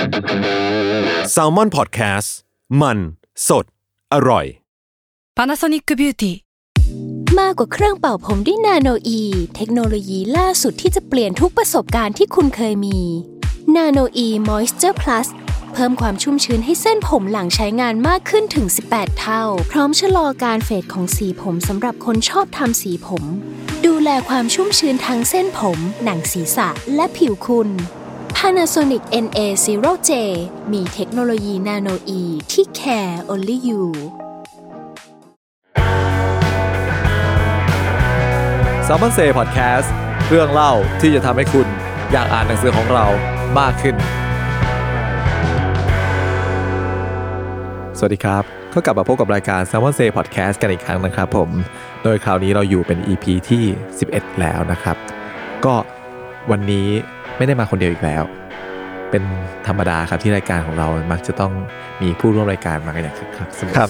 Salmon Podcast มันสดอร่อย Panasonic Beauty มากกว่าเครื่องเป่าผมด้วยนาโนอีเทคโนโลยีล่าสุดที่จะเปลี่ยนทุกประสบการณ์ที่คุณเคยมีนาโนอีมอยส์เจอร์พลัสเพิ่มความชุ่มชื้นให้เส้นผมหลังใช้งานมากขึ้นถึง18เท่าพร้อมชะลอการเฟดของสีผมสำหรับคนชอบทำสีผมดูแลความชุ่มชื้นทั้งเส้นผมหนังศีรษะและผิวคุณ Panasonic NA0J มีเทคโนโลยีนาโนอีที่ care only you Salmon Say Podcast เรื่องเล่าที่จะทำให้คุณอยากอ่านหนังสือของเรามากขึ้นสวัสดีครับก็กลับมาพบกับรายการ Salmon Say Podcast กันอีกครั้งนะครับผมโดยคราวนี้เราอยู่เป็น EP ที่11แล้วนะครับก็วันนี้ไม่ได้มาคนเดียวอีกแล้วเป็นธรรมดาครับที่รายการของเรามักจะต้องมีผู้ร่วมรายการมากันอย่างคึกคักครับ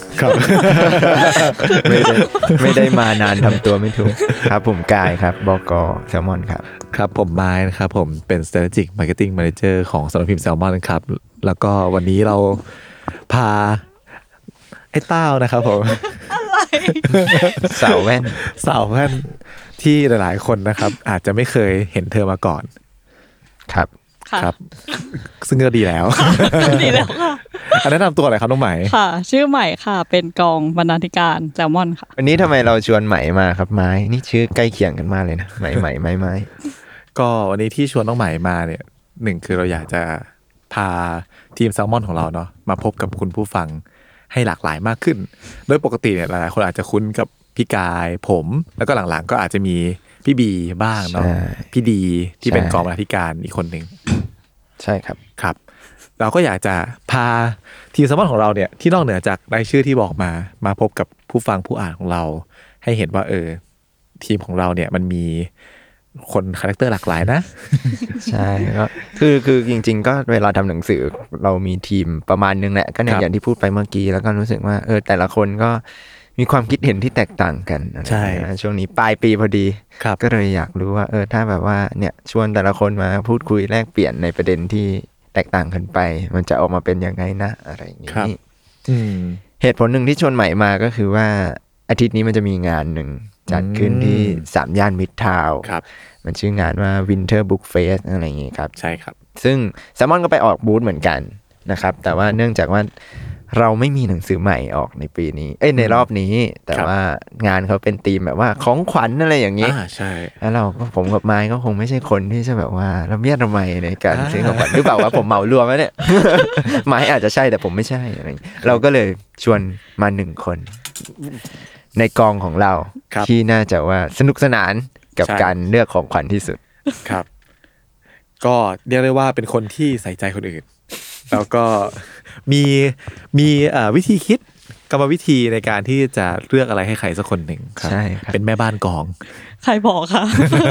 ไม่ได้มานานทำตัวไม่ถูกครับผมกายครับบก.แซลมอนครับครับผมไม้นะครับผมเป็น Strategic Marketing Manager ของสำนักพิมพ์แซลมอนครับแล้วก็วันนี้เราพาไอ้เต้านะครับผมอะไรสาวแว่นที่หลายๆคนนะครับอาจจะไม่เคยเห็นเธอมาก่อนครับซึ่งก็ดีแล้วดีแล้วค่ะแนะนำตัวหน่อยครับน้องไหมค่ะชื่อใหม่ค่ะเป็นกองบรรณาธิการแซลมอนค่ะวันนี้ทำไมเราชวนไหมมาครับไม้นี่ชื่อใกล้เคียงกันมากเลยนะไหมก็วันนี้ที่ชวนน้องไหมมาเนี่ยหนึ่งคือเราอยากจะพาทีมแซลมอนของเราเนาะมาพบกับคุณผู้ฟังให้หลากหลายมากขึ้นโดยปกติเนี่ยหลายๆคนอาจจะคุ้นกับพี่กายผมแล้วก็หลังๆก็อาจจะมีพี่บีบ้างเนาะพี่ดีที่เป็นกองบรรณาธิการอีกคนนึงใช่ครับเราก็อยากจะพาทีมแซลมอนของเราเนี่ยที่นอกเหนือจากรายชื่อที่บอกมาพบกับผู้ฟังผู้อ่านของเราให้เห็นว่าทีมของเราเนี่ยมันมีคนคาแรคเตอร์หลากหลายนะใช่ก็คือจริงๆก็เวลาทำหนังสือเรามีทีมประมาณนึงแหละก็อย่างที่พูดไปเมื่อกี้แล้วก็รู้สึกว่าแต่ละคนก็มีความคิดเห็นที่แตกต่างกันใช่ช่วงนี้ปลายปีพอดีก็เลยอยากรู้ว่าถ้าแบบว่าเนี่ยชวนแต่ละคนมาพูดคุยแลกเปลี่ยนในประเด็นที่แตกต่างกันไปมันจะออกมาเป็นยังไงนะอะไรอย่างนี้เหตุผลหนึ่งที่ชวนใหม่มาก็คือว่าอาทิตย์นี้มันจะมีงานหนึ่งจัดขึ้นที่3 ย่านมิตรทาวน์มันชื่องานว่า Winter Book Fest อะไรอย่างงี้ครับใช่ครับซึ่งแซลมอนก็ไปออกบูธเหมือนกันนะครับแต่ว่าเนื่องจากว่าเราไม่มีหนังสือใหม่ออกในปีนี้ในรอบนี้แต่ว่างานเขาเป็นธีมแบบว่าของขวัญอะไรอย่างนี้ใช่แล้วเราก็ผมกับไม้ก็คงไม่ใช่คนที่จะแบบว่าระเบียดระไมในการซื้อของขวัญหรือเปล่าว่าผมเหมารวมแล้วเนี่ยไม้อาจจะใช่แต่ผมไม่ใช่อะไรเราก็เลยชวนมา1 คนในกองของเราที่น่าจะว่าสนุกสนานกับการเลือกของขวัญที่สุดครับก็เรียกได้ว่าเป็นคนที่ใส่ใจคนอื่นแล้วก็มีวิธีคิดกรรมวิธีในการที่จะเลือกอะไรให้ใครสักคนหนึ่งครับใช่ครับเป็นแม่บ้านกองใครบอกคะ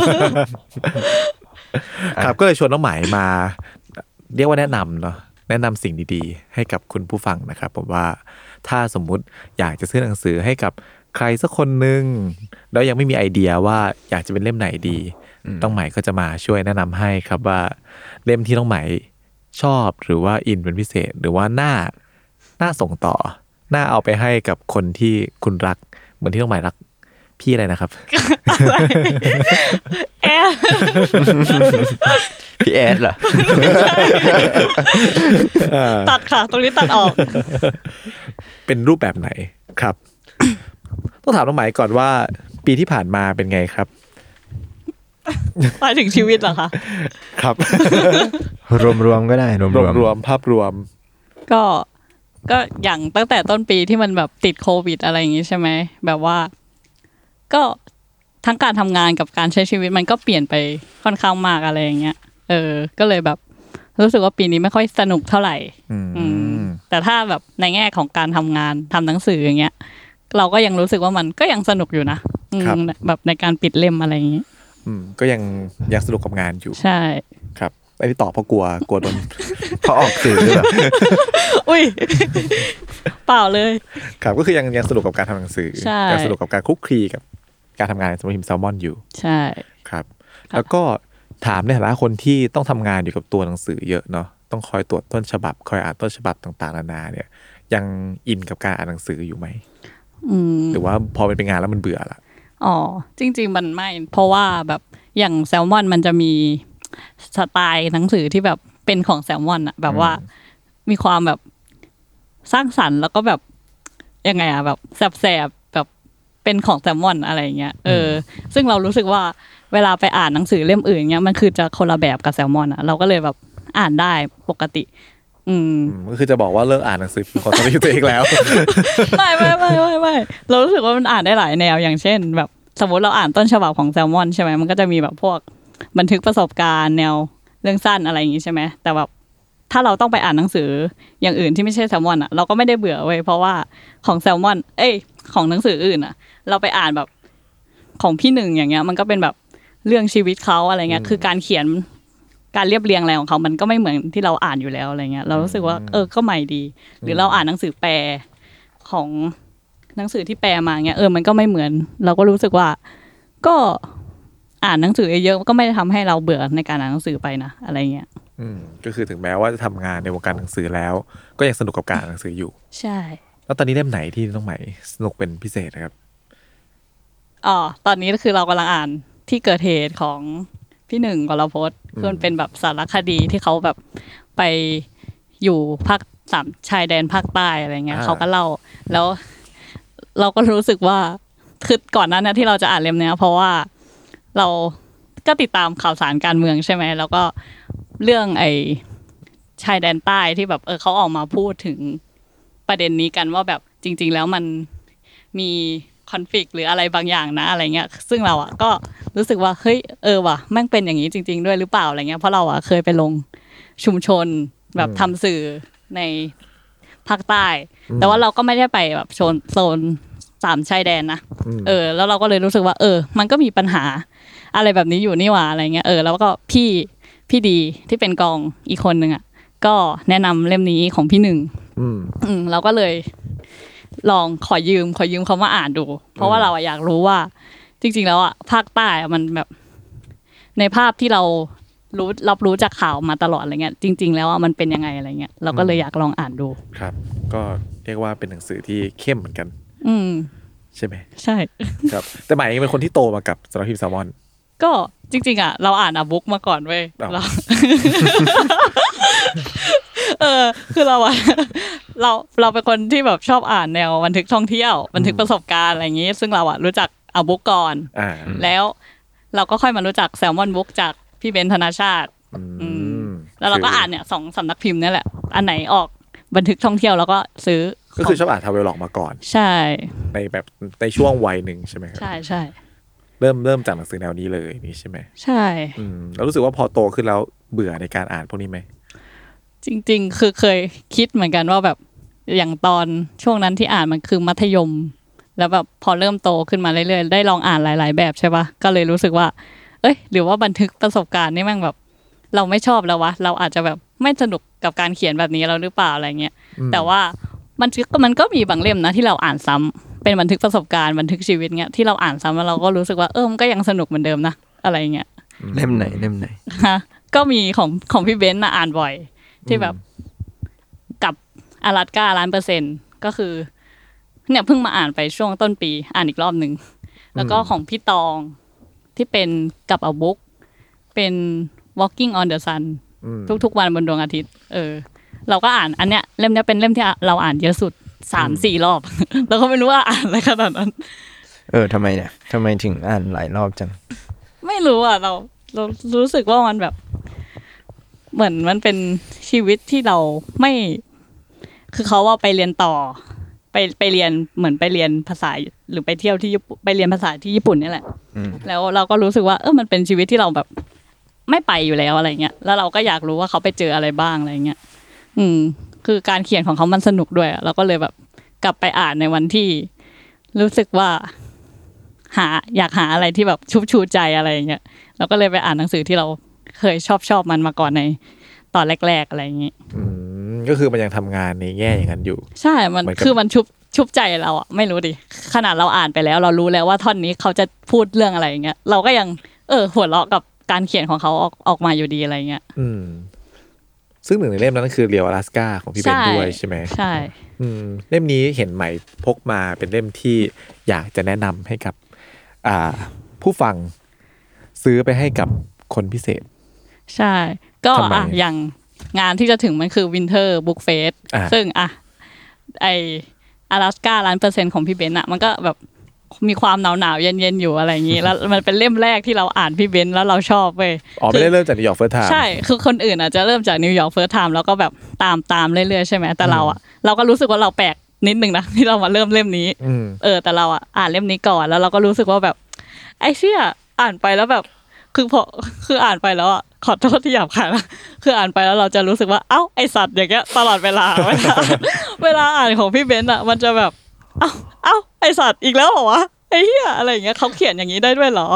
ครับก็เลยชวนน้องไหมมาเรียกว่าแนะนำเนาะแนะนำสิ่งดีๆให้กับคุณผู้ฟังนะครับผมว่าถ้าสมมุติอยากจะซื้อหนังสือให้กับใครสักคนหนึ่งแล้วยังไม่มีไอเดียว่าอยากจะเป็นเล่มไหนดีน้องไหมก็จะมาช่วยแนะนำให้ครับว่าเล่มที่น้องไหมชอบหรือว่าอินเป็นพิเศษหรือว่าน่าส่งต่อน่าเอาไปให้กับคนที่คุณรักเหมือนที่น้องไหมรักพี่อะไรนะครับแอดพี่แอดเหรอตัดค่ะตรงนี้ตัดออกเป็นรูปแบบไหนครับต้องถามน้องไหมก่อนว่าปีที่ผ่านมาเป็นไงครับหมายถึงชีวิตเหรอคะครับรวมก็ได้รวมภาพรวมก็อย่างตั้งแต่ต้นปีที่มันแบบติดโควิดอะไรอย่างงี้ใช่ไหมแบบว่าก็ทั้งการทำงานกับการใช้ชีวิตมันก็เปลี่ยนไปค่อนข้างมากอะไรอย่างเงี้ยก็เลยแบบรู้สึกว่าปีนี้ไม่ค่อยสนุกเท่าไหร่แต่ถ้าแบบในแง่ของการทำงานทำหนังสืออย่างเงี้ยเราก็ยังรู้สึกว่ามันก็ยังสนุกอยู่นะแบบในการปิดเล่มอะไรอย่างงี้ก็ยังสนุกกับงานอยู่ใช่ครับไอ้ที่ตอบเพราะกลัวโดนเพราะออกสื่อหรือเปล่าอุ้ยเปล่าเลยครับก็คือยังสนุกกับการทำหนังสือยังสนุกกับการคุกคีกับการทำงานในสำนักพิมพ์แซลมอนอยู่ใช่ครับแล้วก็ถามในฐานะคนที่ต้องทำงานอยู่กับตัวหนังสือเยอะเนาะต้องคอยตรวจต้นฉบับคอยอ่านต้นฉบับต่างๆนานาเนี่ยยังอินกับการอ่านหนังสืออยู่ไหมหรือว่าพอเป็นงานแล้วมันเบื่อละอ๋อจริงๆมันไม่เพราะว่าแบบอย่างแซลมอนมันจะมีสไตล์หนังสือที่แบบเป็นของแซลมอนอะแบบว่ามีความแบบสร้างสรรค์แล้วก็แบบยังไงอะแบบแสบๆแบบเป็นของแซลมอนอะไรเงี้ยซึ่งเรารู้สึกว่าเวลาไปอ่านหนังสือเล่มอื่นเงี้ยมันคือจะคนละแบบกับแซลมอนอะเราก็เลยแบบอ่านได้ปกติก็คือจะบอกว่าเลิกอ่านหนังสือของตัวเองแล้วไม่เรารู้สึกว่ามันอ่านได้หลายแนวอย่างเช่นแบบสมมติเราอ่านต้นฉบับของแซลมอนใช่ไหมมันก็จะมีแบบพวกบันทึกประสบการณ์แนวเรื่องสั้นอะไรอย่างงี้ใช่ไหมแต่แบบถ้าเราต้องไปอ่านหนังสืออย่างอื่นที่ไม่ใช่แซลมอนอ่ะเราก็ไม่ได้เบื่อเว้ยเพราะว่าของแซลมอนของหนังสืออื่นอ่ะเราไปอ่านแบบของพี่หนึ่งอย่างเงี้ยมันก็เป็นแบบเรื่องชีวิตเขาอะไรเงี้ยคือการเขียนการเรียบเรียงอะไรของเขามันก็ไม่เหมือนที่เราอ่านอยู่แล้วอะไรเงี้ยเรารู้สึกว่าก็ใหม่ดีหรือเราอ่านหนังสือแปลของหนังสือที่แปลมาเงี้ยมันก็ไม่เหมือนเราก็รู้สึกว่าก็อ่านหนังสือเยอะๆก็ไม่ได้ทำให้เราเบื่อในการอ่านหนังสือไปนะอะไรเงี้ยก็คือถึงแม้ว่าจะทำงานในวงการหนังสือแล้วก็ยังสนุกกับการอ่านหนังสืออยู่ใช่แล้วตอนนี้เล่มไหนที่น้องใหม่สนุกเป็นพิเศษนะครับตอนนี้ก็คือเรากำลังอ่านที่เกิดเหตุของพี่หนึ่งกรพจน์คือมันเป็นแบบสารคดีที่เขาแบบไปอยู่ภาคสามชายแดนภาคใต้อะไรเงี้ยเขาก็เล่าแล้วเราก็รู้สึกว่าคือก่อนหน้านี้ที่เราจะอ่านเล่มนี้เพราะว่าเราก็ติดตามข่าวสารการเมืองใช่ไหมแล้วก็เรื่องชายแดนใต้ที่แบบเขาออกมาพูดถึงประเด็นนี้กันว่าแบบจริงๆแล้วมันมีคอนฟ lict หรืออะไรบางอย่างนะอะไรเงี้ยซึ่งเราก็รู้สึกว่าเฮ้ยว่ะแม่งเป็นอย่างนี้จริงๆด้วยหรือเปล่าอะไรเงี้ยเพราะเราเคยไปลงชุมชนแบบทำสื่อในภาคใต้แต่ว่าเราก็ไม่ได้ไปแบบโซนสามชายแดนนะแล้วเราก็เลยรู้สึกว่ามันก็มีปัญหาอะไรแบบนี้อยู่นี่หว่าอะไรเงี้ยแล้วก็พี่ดีที่เป็นกองอีกคนนึงก็แนะนำเล่มนี้ของพี่หนึ่งเราก็เลยลองขอยืมเขามาอ่านดูเพราะว่าเราอยากรู้ว่าจริงๆแล้วภาคใต้มันแบบในภาพที่เรารับรู้จากข่าวมาตลอดอะไรเงี้ยจริงๆแล้วมันเป็นยังไงอะไรเงี้ยเราก็เลยอยากลองอ่านดูครับก็เรียกว่าเป็นหนังสือที่เข้มเหมือนกันใช่ไหมใช่ครับแต่หมายเป็นคนที่โตมากับสำนักพิมพ์แซลมอนก็จริงๆเราอ่านบุ๊กมาก่อนเว้ยคือเราเป็นคนที่แบบชอบอ่านแนวบันทึกท่องเที่ยวบันทึกประสบการณ์อะไรอย่างงี้ซึ่งเรารู้จักบุ๊กก่อนแล้วเราก็ค่อยมารู้จักแซลมอนบุ๊กจากพี่เบนซ์ธนชาติแล้วเราก็อ่านเนี่ย2สำนักพิมพ์นี่แหละอันไหนออกบันทึกท่องเที่ยวเราก็ซื้อก็คือชอบอ่านทราเวลล็อกมาก่อนใช่ในแบบในช่วงวัยนึงใช่ไหมครับใช่เริ่มจากหนังสือแนวนี้เลยนี่ใช่ไหมใช่แล้วรู้สึกว่าพอโตขึ้นแล้วเบื่อในการอ่านพวกนี้ไหมจริงๆคือเคยคิดเหมือนกันว่าแบบอย่างตอนช่วงนั้นที่อ่านมันคือมัธยมแล้วแบบพอเริ่มโตขึ้นมาเรื่อยๆได้ลองอ่านหลายๆแบบใช่ปะก็เลยรู้สึกว่าหรือว่าบันทึกประสบการณ์นี่แม่งแบบเราไม่ชอบแล้ววะเราอาจจะแบบไม่สนุกกับการเขียนแบบนี้เราหรือเปล่าอะไรเงี้ยแต่ว่ามันก็มีบางเล่มนะที่เราอ่านซ้ำเป็นบันทึกประสบการณ์บันทึกชีวิตเงี้ยที่เราอ่านซ้ำแล้วเราก็รู้สึกว่ามันก็ยังสนุกเหมือนเดิมนะอะไรเงี้ยเล่มไหนฮะก็มีของพี่เบนซ์อ่านบ่อยที่แบบกับอลาสก้า100%ก็คือเนี่ยเพิ่งมาอ่านไปช่วงต้นปีอ่านอีกรอบนึงแล้วก็ของพี่ตองที่เป็นกับa book เป็น Walking on the Sun ทุกๆวันบนดวงอาทิตย์เราก็อ่านอันเนี้ยเล่มเนี้ยเป็นเล่มที่เราอ่านเยอะสุด 3-4 รอบ แล้วก็ไม่รู้ว่าอ่านอะไรขนาดนั้นทำไมเนี่ยทำไมถึงอ่านหลายรอบจังไม่รู้เรารู้สึกว่ามันแบบเหมือนมันเป็นชีวิตที่เราไม่คือเขาว่าไปเรียนต่อไปเรียนเหมือนไปเรียนภาษาหรือไปเที่ยวที่ไปเรียนภาษาที่ญี่ปุ่นนี่แหละแล้วเราก็รู้สึกว่ามันเป็นชีวิตที่เราแบบไม่ไปอยู่แล้วอะไรเงี้ยแล้วเราก็อยากรู้ว่าเขาไปเจออะไรบ้างอะไรเงี้ยคือการเขียนของเขามันสนุกด้วยเราก็เลยแบบกลับไปอ่านในวันที่รู้สึกว่าอยากหาอะไรที่แบบชุบชูใจอะไรเงี้ยเราก็เลยไปอ่านหนังสือที่เราเคยชอบมันมาก่อนในตอนแรกๆอะไรอย่างงี้ก็คือมันยังทำงานในแง่อย่างนั้นอยู่ใช่มันคือมันชุบใจเราไม่รู้ดิขนาดเราอ่านไปแล้วเรารู้แล้วว่าท่อนนี้เขาจะพูดเรื่องอะไรอย่างเงี้ยเราก็ยังหัวเราะกับการเขียนของเขาออกมาอยู่ดีอะไรเงี้ยซึ่งหนึ่งในเล่มนั้นคือเรียวอลาสกาของพี่เบนด้วยใช่ไหมใช่เล่มนี้เห็นใหม่พกมาเป็นเล่มที่อยากจะแนะนำให้กับผู้ฟังซื้อไปให้กับคนพิเศษใช่ก็อย่างงานที่จะถึงมันคือ Winter Book Fest ซึ่งไออลาสกา100%ของพี่เบนมันก็แบบมีความหนาวๆเย็นๆอยู่อะไรอย่างงี้แล้วมันเป็นเล่มแรกที่เราอ่านพี่เบนแล้วเราชอบเว้ยไม่ได้เริ่มจากนิวยอร์กเฟิร์สไทม์ใช่คือคนอื่นอาจจะเริ่มจากนิวยอร์กเฟิร์สไทม์แล้วก็แบบตามเรื่อยๆใช่ไหมแต่เราก็รู้สึกว่าเราแปลกนิดนึงนะที่เรามาเริ่มเล่มนี้แต่เราอ่านเล่มนี้ก่อนแล้วเราก็รู้สึกว่าแบบไอ้เชี่ยอ่านไปแล้วแบบคืออ่านไปแล้วขอโทษที่หยาบคายนะคืออ่านไปแล้วเราจะรู้สึกว่าเอ้าไอสัตว์อย่างเงี้ยตลอดเวลาเวลาอ่านของพี่เบนมันจะแบบเอ้าไอสัตว์อีกแล้วเหรอวะไอ้เหี้ยอะไรอย่างเงี้ยเขาเขียนอย่างนี้ได้ด้วยเหรอ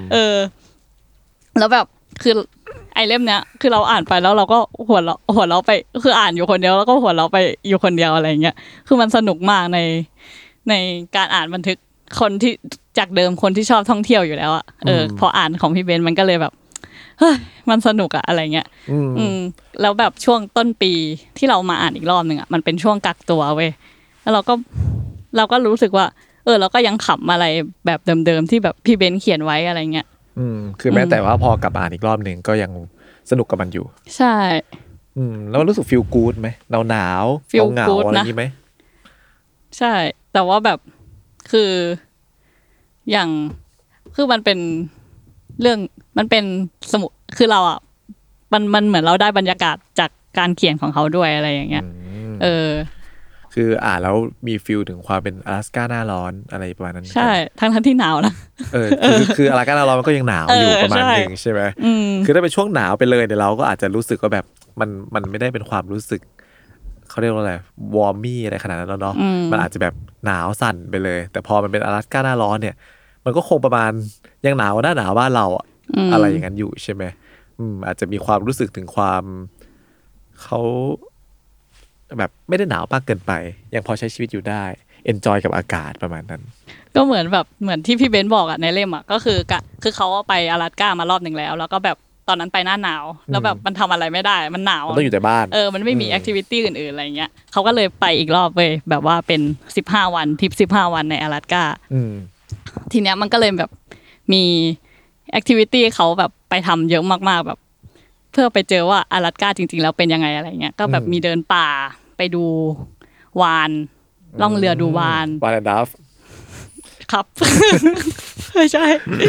แล้วแบบคือไอเล่มเนี้ยคือเราอ่านไปแล้วเราก็หัวเราะไปคืออ่านอยู่คนเดียวแล้วก็หัวเราะไปอยู่คนเดียวอะไรอย่างเงี้ยคือมันสนุกมากในการอ่านบันทึกคนที่จากเดิมคนที่ชอบท่องเที่ยวอยู่แล้วพออ่านของพี่เบนมันก็เลยแบบเฮ้ยมันสนุกอะไรเงี้ยแล้วแบบช่วงต้นปีที่เรามาอ่านอีกรอบนึงมันเป็นช่วงกักตัวเว้ยแล้วเราก็รู้สึกว่าเราก็ยังขำอะไรแบบเดิมๆที่แบบพี่เบนเขียนไว้อะไรเงี้ยคือแม้แต่ว่าพอกลับอ่านอีกรอบนึงก็ยังสนุกกับมันอยู่ใช่แล้วรู้สึกฟีลกู๊ดไหมหนาวเหงาอะไรอย่างงี้ไหมใช่แต่ว่าแบบคืออย่างคือมันเป็นเรื่องมันเป็นสมุดคือเรามันเหมือนเราได้บรรยากาศจากการเขียนของเขาด้วยอะไรอย่างเงี้ยคืออ่านแล้วมีฟีลถึงความเป็นอลาสก้าหน้าร้อนอะไรประมาณนั้นใช่ทั้งที่หนาวนะคืออลาสก้าหน้าร้อนมันก็ยังหนาวอยู่ประมาณนึงใช่ไหมคือถ้าเป็นช่วงหนาวไปเลยเนี่ยเราก็อาจจะรู้สึกว่าแบบมันไม่ได้เป็นความรู้สึกเขาเรียกว่าอะไรวอร์มมี่อะไรขนาดนั้นแล้วเนาะมันอาจจะแบบหนาวสั่นไปเลยแต่พอมันเป็นอลาสก้าหน้าร้อนเนี่ยมันก็คงประมาณยังหนาวหน้าหนาวบ้านเราอะไรอย่างนั้นอยู่ใช่ไหมอาจจะมีความรู้สึกถึงความเขาแบบไม่ได้หนาวมากเกินไปยังพอใช้ชีวิตอยู่ได้เอนจอยกับอากาศประมาณนั้นก็เหมือนที่พี่เบนบอกในเล่มก็คือเขาไปอลาสก้ามารอบนึงแล้วก็แบบตอนนั้นไปหน้าหนาวแล้วแบบมันทำอะไรไม่ได้มันหนาวต้องอยู่แต่บ้านมันไม่มีแอคทิวิตี้อื่นๆอะไรเงี้ยเขาก็เลยไปอีกรอบเว้ยแบบว่าเป็น15วันทริป15วันในอลาสก้าทีเนี้ยมันก็เลยแบบมีแอคทิวิตี้เขาแบบไปทำเยอะมากๆแบบเพื่อไปเจอว่าอลาสก้าจริงๆแล้วเป็นยังไงอะไรเงี้ยก็แบบมีเดินป่าไปดูวานล่องเรือดูวานแอนด์ดัฟครับไม่ใช่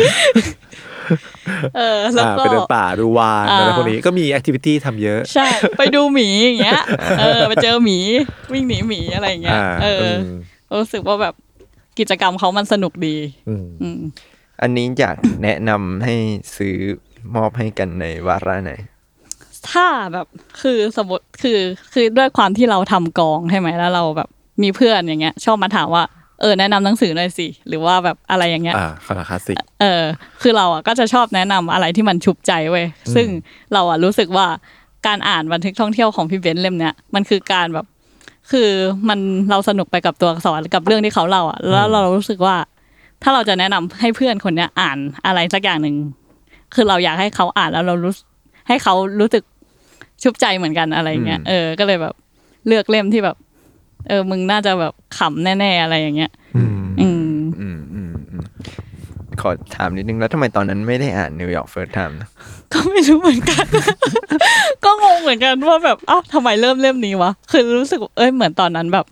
แล้วก็ไปเดินป่าดูวานอะไรพวกนี้ก็มีแอคทิวิตี้ทำเยอะใช่ไปดูหมีอย่างเงี้ยไปเจอหมีวิ่งหนีหมีอะไรอย่างเงี้ยรู้สึกว่าแบบกิจกรรมเขามันสนุกดีอันนี้อยากแนะนำให้ซื้อมอบให้กันในวาระไหนถ้าแบบคือสมมติคือด้วยความที่เราทำกองใช่ไหมแล้วเราแบบมีเพื่อนอย่างเงี้ยชอบมาถามว่าแนะนำหนังสือหน่อยสิหรือว่าแบบอะไรอย่างเงี้ยคลาสสิกคือเราก็จะชอบแนะนำอะไรที่มันชุบใจเว้ยซึ่งเรารู้สึกว่าการอ่านบันทึกท่องเที่ยวของพี่เบนซ์เล่มเนี้ยมันคือการแบบคือมันเราสนุกไปกับตัวอักษรกับเรื่องที่เขาเล่าแล้วเรารู้สึกว่าถ้าเราจะแนะนำให้เพื่อนคนเนี้ยอ่านอะไรสักอย่างนึงคือเราอยากให้เขาอ่านแล้วเราให้เขารู้สึกชุบใจเหมือนกันอะไรเงี้ยก็เลยแบบเลือกเล่มที่แบบมึงน่าจะแบบขำแน่ๆอะไรอย่างเงี้ยขอถามนิดนึงแล้วทำไมตอนนั้นไม่ได้อ่านนิวยอร์กเฟิร์สไทม์นะก็ไม่รู้เหมือนกัน ก็งงเหมือนกันว่าแบบทำไมเริ่มเล่มนี้วะคือรู้สึกเหมือนตอนนั้นแบบ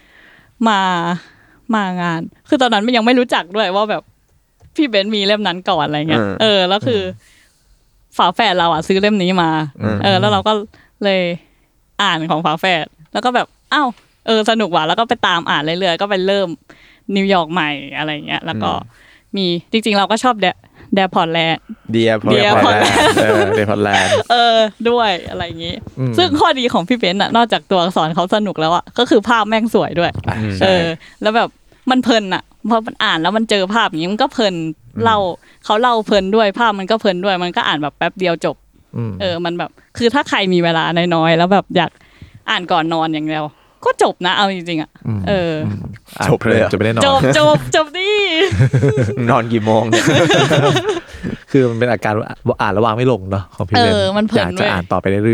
มางานคือตอนนั้นยังไม่รู้จักด้วยว่าแบบพี่เบนซ์มีเล่มนั้นก่อนอะไรเงี้ยแล้วคือฝาแฝดเราซื้อเล่มนี้มาแล้วเราก็เลยอ่านของฝาแฝดแล้วก็แบบสนุกว่ะแล้วก็ไปตามอ่านเรื่อยๆก็ไปเริ่มนิวยอร์กใหม่อะไรเงี้ยแล้วก็มีจริงๆเราก็ชอบเดพอร์ตแลนด์เดียพอร์ตแลนด์ด้วยอะไรอย่างงี้ซึ่งข้อดีของพี่เบนซ์นอกจากตัวอักษรเขาสนุกแล้วก็คือภาพแม่งสวยด้วยแล้วแบบมันเพลินพอมันอ่านแล้วมันเจอภาพอย่างงี้มันก็เพลินเขาเล่าเพลินด้วยภาพมันก็เพลินด้วยมันก็อ่านแบบแป๊บเดียวจบมันแบบคือถ้าใครมีเวลาน้อยๆแล้วแบบอยากอ่านก่อนนอนอย่างเดียวก็จบนะเอาจริงๆจบเลยจะไม่ได้นอนจบดินอนกี่โมงเนี่ยคือมันเป็นอาการอ่านระวางไม่ลงเนาะของพี่เบนอยากจะอ่านต่อไปเรื่อย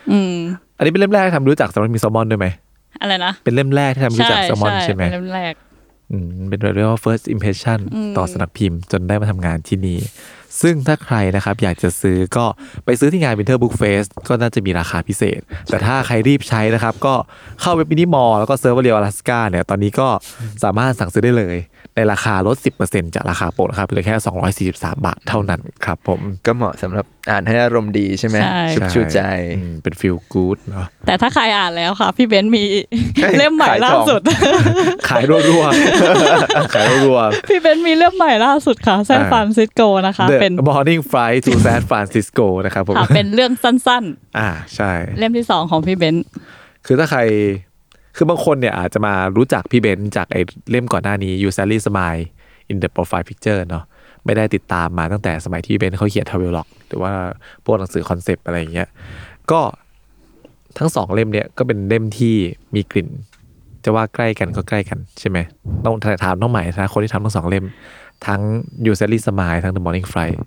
อันนี้เป็นเล่มแรกที่ทำรู้จักสำหรับมีแซลมอนด้วยไหมอะไรนะเป็นเล่มแรกที่ทำรู้จักแซลมอนใช่ไหมเล่มแรกเป็นเรียกว่า first impression ต่อสำนักพิมพ์จนได้มาทำงานที่นี่ซึ่งถ้าใครนะครับอยากจะซื้อก็ไปซื้อที่งาน Winter Book Fest ก็น่าจะมีราคาพิเศษแต่ถ้าใครรีบใช้นะครับก็เข้าเว็บมินิมอลแล้วก็เซิร์ชว่าเรียวอลาสก้าเนี่ยตอนนี้ก็สามารถสั่งซื้อได้เลยในราคาลด 10% จากราคาปกนะครับเหลือแค่243 บาทเท่านั้นครับผมก็เหมาะสำหรับอ่านให้อารมณ์ดีใช่ไหมชุบชูใจเป็น feel good เนาะแต่ถ้าใครอ่านแล้วค่ะพี่เบนซ์มีเล่มใหม่ล่าสุดขายรัวๆขายรัวๆพี่เบนซ์มีเล่มใหม่ล่าสุดค่ะแซนฟรานซิสโกนะคะเป็น Morning Flight to San Francisco นะครับผมเป็นเรื่องสั้นๆใช่เล่มที่2ของพี่เบนซ์คือถ้าใครคือบางคนเนี่ยอาจจะมารู้จักพี่เบนซ์จากไอ้เล่มก่อนหน้านี้ You Sally Smile in the Profile Picture เนาะไม่ได้ติดตามมาตั้งแต่สมัยที่พี่เบนซ์เขาเขียน Travelog หรือว่าพวกหนังสือคอนเซปต์อะไรอย่างเงี้ยก็ทั้ง2เล่มเนี่ยก็เป็นเล่มที่มีกลิ่นจะว่าใกล้กันก็ใกล้กันใช่ไหมต้องถามน้องใหม่นะคนที่ทำทั้ง2เล่มทั้ง You Sally Smile ทั้ง The Morning Flight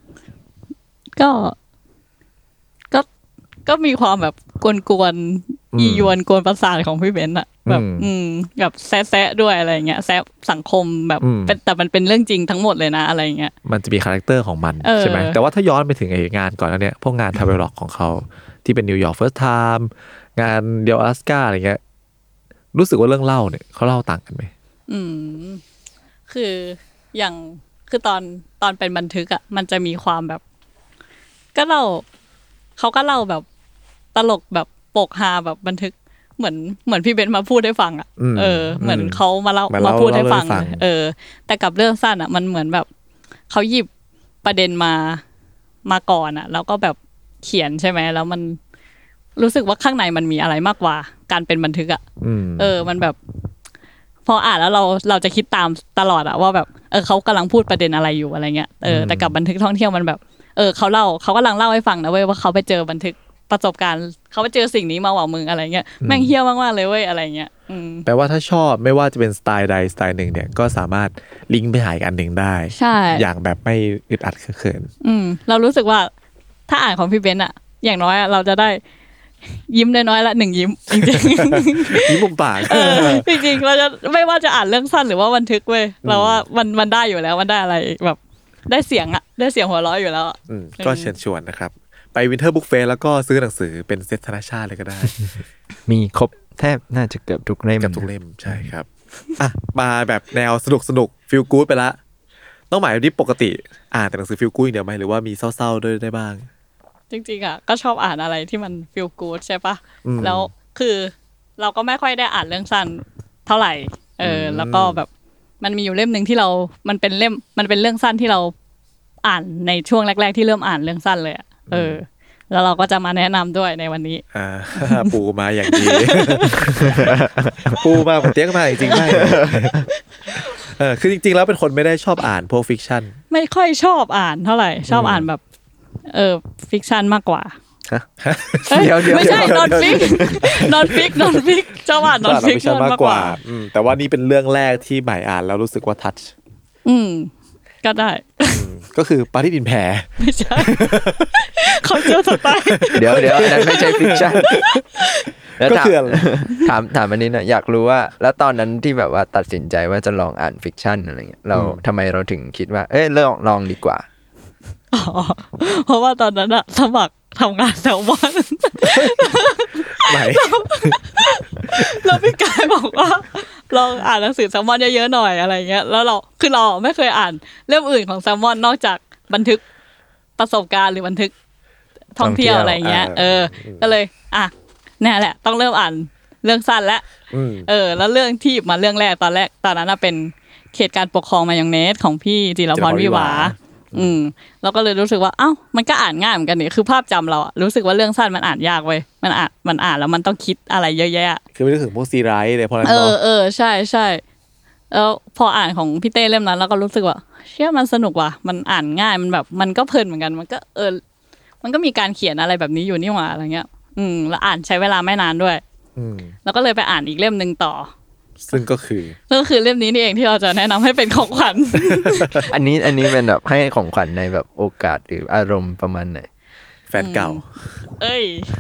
ก็มีความแบบกวนๆอียวนกวนประสาทของพี่เบนซ์อะแบบแบบแซะด้วยอะไรเงี้ยแซะสังคมแบบแต่มันเป็นเรื่องจริงทั้งหมดเลยนะอะไรเงี้ยมันจะมีคาแรคเตอร์ของมันใช่ไหมแต่ว่าถ้าย้อนไปถึงไอ้งานก่อนแล้วเนี่ยพวกงาน Travelog ของเขาที่เป็น New York First Time งานเดียวอลาสก้าอะไรเงี้ยรู้สึกว่าเรื่องเล่าเนี่ยเขาเล่าต่างกันไหมคืออย่างคือตอนเป็นบันทึกอะมันจะมีความแบบก็เขาก็เล่าแบบตลกแบบโปกฮาแบบบันทึกเหมือนพี่เบนซ์มาพูดให้ฟังอ่ะเหมือนเขามาพูดให้ฟังแต่กับเรื่องสั้นอ่ะมันเหมือนแบบเขาหยิบประเด็นมาก่อนอ่ะแล้วก็แบบเขียนใช่ไหมแล้วมันรู้สึกว่าข้างในมันมีอะไรมากกว่าการเป็นบันทึกอ่ะมันแบบพออ่านแล้วเราจะคิดตามตลอดอ่ะว่าแบบเขากำลังพูดประเด็นอะไรอยู่อะไรเงี้ยแต่กับบันทึกท่องเที่ยวมันแบบเขากำลังเล่าให้ฟังนะเว้ยว่าเขาไปเจอบันทึกประสบการณ์เขาไปเจอสิ่งนี้มาว่ะมึงอะไรเงี้ยแม่งเฮี้ยมากๆเลยเว้ยอะไรเงี้ยแปลว่าถ้าชอบไม่ว่าจะเป็นสไตล์ใดสไตล์หนึ่งเนี่ยก็สามารถลิงก์ไปหาอีกอันหนึ่งได้ใช่อย่างแบบไม่อึดอัดเขินเรารู้สึกว่าถ้าอ่านของพี่เบนซ์อะอย่างน้อยเราจะได้ยิ้มน้อยๆละ1ยิ้มจริงๆยิ้มมุมปากจริงๆเราจะไม่ว่าจะอ่านเรื่องสั้นหรือว่าบันทึกเว้ยเราว่ามันได้อยู่แล้วมันได้อะไรแบบได้เสียงอะได้เสียงหัวเราะอยู่แล้วก็เชิญชวนนะครับไป Winter Book Fest แล้วก็ซื้อหนังสือเป็นเซตธนชาติเลยก็ได้มีครบแทบน่าจะเกือบทุกเล่มใช่ครับมาแบบแนวสนุกฟีลกู๊ดไปละต้องหมายที่ปกติอ่านแต่หนังสือฟีลกู๊ดเดียวไหมหรือว่ามีเศร้าๆด้วยได้บ้างจริงๆก็ชอบอ่านอะไรที่มันฟีลกู๊ดใช่ปะแล้วคือเราก็ไม่ค่อยได้อ่านเรื่องสั้นเท่าไหร่แล้วก็แบบมันมีอยู่เล่มนึงที่มันเป็นเรื่องสั้นที่เราอ่านในช่วงแรกๆที่เริ่มอ่านเรื่องสั้นเลยแล้วเราก็จะมาแนะนำด้วยในวันนี้ปูมาอย่างดี ปูมาผมเตี้ยมาจริงๆไม่คือจริงๆแล้วเป็นคนไม่ได้ชอบอ่านพวกฟิกชันไม่ค่อยชอบอ่านเท่าไหร่ชอบอ่านแบบฟิกชันมากกว่าเดี๋ยวไม่ใช่นอนฟิกชอบอ่านนอนฟิกชันมากกว่าแต่ว่านี่เป็นเรื่องแรกที่ใหม่อ่านแล้วรู้สึกว่าทัชก็ได้ก็คือปารีสอินแพรไม่ใช่เขาเจอสไตล์เดี๋ยวอันนั้นไม่ใช่ฟิกชั่นก็คือถามอันนี้นะอยากรู้ว่าแล้วตอนนั้นที่แบบว่าตัดสินใจว่าจะลองอ่านฟิกชั่นอะไรเงี้ยเราทำไมเราถึงคิดว่าลองดีกว่าเพราะว่าตอนนั้นอะสมัครทำงานแซลมอนไหนแล้วพี่กายบอกว่าลองอ่านหนังสือแซลมอนเยอะๆหน่อยอะไรเงี้ยแล้วเราไม่เคยอ่านเล่มอื่นของแซลมอนนอกจากบันทึกประสบการณ์หรือบันทึกท่องเที่ยวอะไรเงี้ยก็เลยเนี่ยแหละต้องเริ่มอ่านเรื่องสั้นแล้วแล้วเรื่องที่มาเรื่องแรกตอนนั้นเป็นเขตการปกครองมายองเนสของพี่จิรพรวิวาเราก็เลยรู้สึกว่ามันก็อ่านง่ายเหมือนกันนี่คือภาพจำเราอะรู้สึกว่าเรื่องสั้นมันอ่านยากเว้ยมันอ่านแล้วมันต้องคิดอะไรเยอะแยะคือไม่รู้ถึงพวกซีไรส์เลยพอนั้นใช่แล้วพออ่านของพี่เต้เล่มนั้นแล้วก็รู้สึกว่าเชื่อมันสนุกว่ะมันอ่านง่ายมันแบบมันก็เพลินเหมือนกันมันก็มันก็มีการเขียนอะไรแบบนี้อยู่นี่หว่าอะไรเงี้ยแล้วอ่านใช้เวลาไม่นานด้วยแล้วก็เลยไปอ่านอีกเล่มนึงต่อซึ่งก็คือเล่มนี้นี่เองที่เราจะแนะนำให้เป็นของขวัญอันนี้เป็นแบบให้ของขวัญในแบบโอกาสหรืออารมณ์ประมาณไหนแฟนเก่า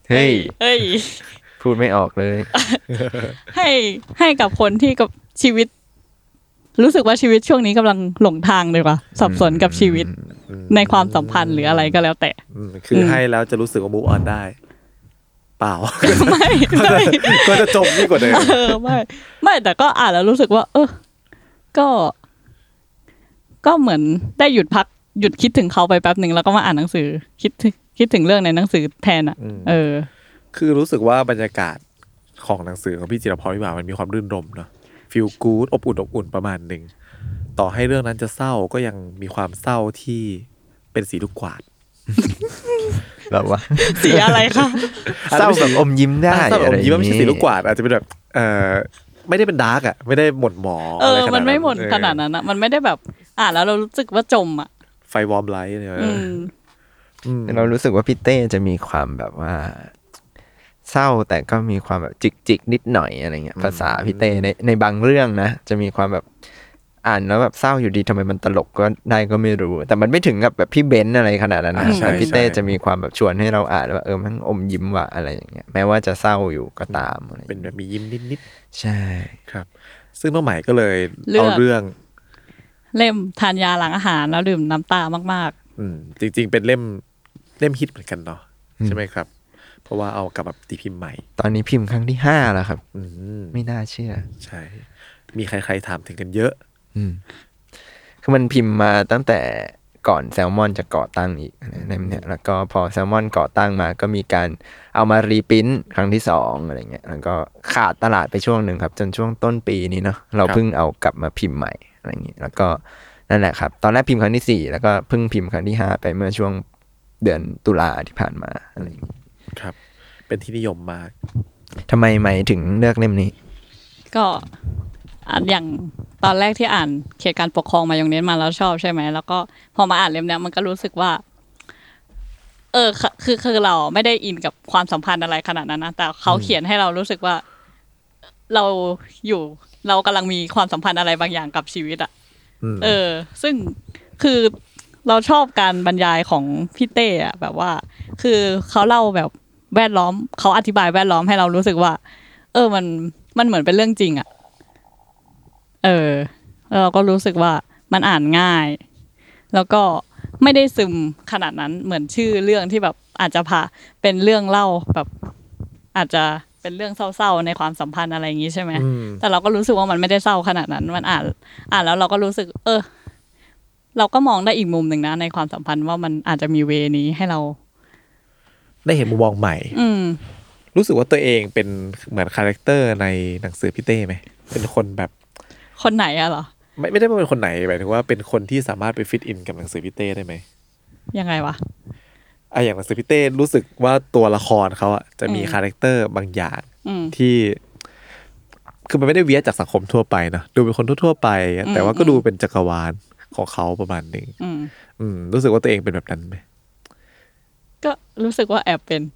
เฮ้ยเฮ้ยพูดไม่ออกเลยให้กับคนที่กับชีวิต รู้สึกว่าชีวิตช่วงนี้กำลังหลงทางเลยว่ะสับสนกับชีวิตในความสัมพันธ์หรืออะไรก็แล้วแต่คือให้แล้วจะรู้สึกว่า move on ได้ เปล่าไม่ก็จะจมยิ่งกว่าเดิมไม่แต่ก็อ่านแล้วรู้สึกว่า ก็เหมือนได้หยุดคิดถึงเขาไปแป๊บหนึ่งแล้วก็มาอ่านหนังสือคิดถึงเรื่องในหนังสือแทนอ่ะคือรู้สึกว่าบรรยากาศของหนังสือของพี่จิรพรวิมามันมีความรื่นรมเนาะฟีลกู๊ดอบอุ่นประมาณหนึ่งต่อให้เรื่องนั้นจะเศร้าก็ยังมีความเศร้าที่เป็นสีลูกกวาดแบบว่าสีอะไรคะเศร้าแบบอมยิ้มได้เศร้าแบบอมยิ้มอะไรไม่ใช่สีลูกกวาดอาจจะเป็นแบบไม่ได้เป็นดาร์กอ่ะไม่ได้หม่นหมองอะไรขนาดนั้นมันไม่หม่นขนาดนั้นอะมันไม่ได้แบบอ่านแล้วเรารู้สึกว่าจมอ่ะไฟวอร์มไลท์เนี่ยเรารู้สึกว่าพี่เต้จะมีความแบบว่าเศร้าแต่ก็มีความแบบจิกนิดหน่อยอะไรเงี้ยภาษาพี่เต้ในบางเรื่องนะจะมีความแบบอ่านแล้วแบบเศร้าอยู่ดีทำไมมันตลกก็ได้ก็ไม่รู้แต่มันไม่ถึงกับแบบพี่เบนซ์อะไรขนาดนั้นนะแต่พี่เต้จะมีความแบบชวนให้เราอ่านว่ามันอมยิ้มว่ะอะไรอย่างเงี้ยแม้ว่าจะเศร้าอยู่ก็ตามเป็นแบบมียิ้มนิดใช่ครับซึ่งน้องใหม่ก็เลยเอาเรื่องเล่มทานยาหลังอาหารแล้วดื่มน้ำตามากๆจริงๆเป็นเล่มฮิตเหมือนกันเนาะใช่ไหมครับเพราะว่าเอากลับมาตีพิมพ์ใหม่ตอนนี้พิมพ์ครั้งที่5แล้วครับไม่น่าเชื่อใช่มีใครๆถามถึงกันเยอะคือมันพิมพ์มาตั้งแต่ก่อนแซลมอนจะก่อตั้งอีกในเนี่ยแล้วก็พอแซลมอนก่อตั้งมาก็มีการเอามารีพิมพ์ครั้งที่2อะไรเงี้ยแล้วก็ขาดตลาดไปช่วงหนึ่งครับจนช่วงต้นปีนี้เนาะเราเพิ่งเอากลับมาพิมพ์ใหม่อะไรเงี้ยแล้วก็นั่นแหละครับตอนแรกพิมพ์ครั้งที่4แล้วก็เพิ่งพิมพ์ครั้งที่5ไปเมื่อช่วงเดือนตุลาที่ผ่านมาอะไรอย่างงี้ครับเป็นที่นิยมมากทำไมใหม่ถึงเลือกเล่มนี้ก็อย่างตอนแรกที่อ่านเขตการปกครองมายองเนสมาแล้วชอบใช่ไหมแล้วก็พอมาอ่านเล่มนี้มันก็รู้สึกว่าคือเราไม่ได้อินกับความสัมพันธ์อะไรขนาดนั้นนะแต่เขาเขียนให้เรารู้สึกว่าเรากำลังมีความสัมพันธ์อะไรบางอย่างกับชีวิตอ่ะซึ่งคือเราชอบการบรรยายของพี่เต้อะแบบว่าคือเขาเล่าแบบแวดล้อมเขาอธิบายแวดล้อมให้เรารู้สึกว่ามันเหมือนเป็นเรื่องจริงอ่ะเราก็รู้สึกว่ามันอ่านง่ายแล้วก็ไม่ได้ซึมขนาดนั้นเหมือนชื่อเรื่องที่แบบอาจจะเป็นเรื่องเล่าแบบอาจจะเป็นเรื่องเศร้าๆในความสัมพันธ์อะไรอย่างงี้ใช่ไหมแต่เราก็รู้สึกว่ามันไม่ได้เศร้าขนาดนั้นมันอ่านแล้วเราก็รู้สึกเราก็มองได้อีกมุมหนึ่งนะในความสัมพันธ์ว่ามันอาจจะมีเวนี้ให้เราได้เห็นมุมมองใหม่รู้สึกว่าตัวเองเป็นเหมือนคาแรคเตอร์ในหนังสือพี่เต้ไหมเป็นคนแบบคนไหนอะเหรอไม่ได้เป็นคนไหนหมายถึงว่าเป็นคนที่สามารถไปฟิตอินกับหนังสือพี่เต้ได้ไหมยังไงวะอย่างหนังสือพี่เต้รู้สึกว่าตัวละครเขาอะจะมีคาแรคเตอร์บางอย่างที่คือมันไม่ได้เวียจากสังคมทั่วไปนะดูเป็นคนทั่วไปแต่ว่าก็ดูเป็นจักรวาลของเขาประมาณนึงรู้สึกว่าตัวเองเป็นแบบนั้นไหมก็รู้สึกว่าแอบเป็น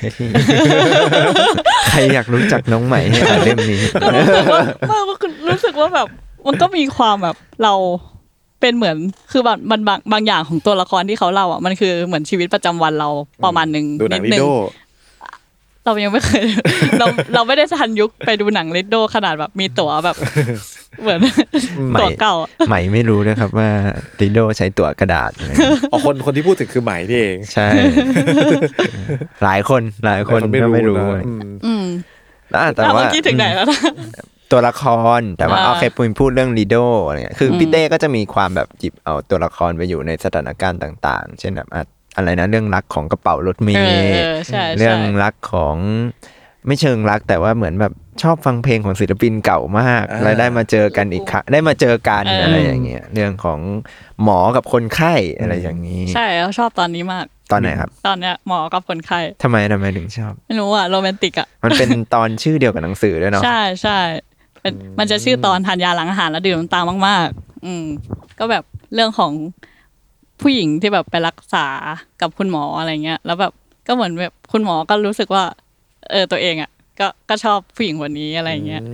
ใครอยากรู้จักน้องใหม่ให้อ่านเล่มนี้รู้สึกว่าแบบมันก็มีความแบบเราเป็นเหมือนคือมันบางอย่างของตัวละครที่เขาเล่าอ่ะมันคือเหมือนชีวิตประจำวันเราประมาณนึงนิดนึงเรายังไม่เคยเราไม่ได้ทันยุคไปดูหนังลิดโดขนาดแบบมีตั๋วแบบเหมือนตั๋วเก่าใหม่ไม่รู้นะครับว่าลิดโดใช้ตั๋วกระดาษคนที่พูดถึงคือใหม่นี่เองใช่หลายคนก็ไม่รู้แต่ว่าคิดถึงไหนแล้วตัวละครแต่ว่าโอเคพูดเรื่องลีโดอะไรเงี้ยคือพี่เต้ก็จะมีความแบบหยิบเอาตัวละครไปอยู่ในสถานการณ์ต่างๆเช่นแบบอะไรนะเรื่องรักของกระเป๋ารถเมล์เรื่องรักของไม่เชิงรักแต่ว่าเหมือนแบบชอบฟังเพลงของศิลปินเก่ามากแล้วได้มาเจอกันอีกครั้งได้มาเจอกันอะไรอย่างเงี้ยเรื่องของหมอกับคนไข้อะไรอย่างนี้ใช่แล้วชอบตอนนี้มากตอนไหนครับตอนเนี้ยหมอกับคนไข้ทำไมถึงชอบไม่รู้อ่ะโรแมนติกอ่ะมันเป็นตอนชื่อเดียวกับหนังสือด้วยเนาะใช่มันจะชื่อตอนทานยาหลังอาหารแล้วดื่มน้ำตามากๆก็แบบเรื่องของผู้หญิงที่แบบไปรักษากับคุณหมออะไรเงี้ยแล้วแบบก็เหมือนแบบคุณหมอก็รู้สึกว่าตัวเองอ่ะก็ชอบผู้หญิงคนนี้อะไรเงี้ย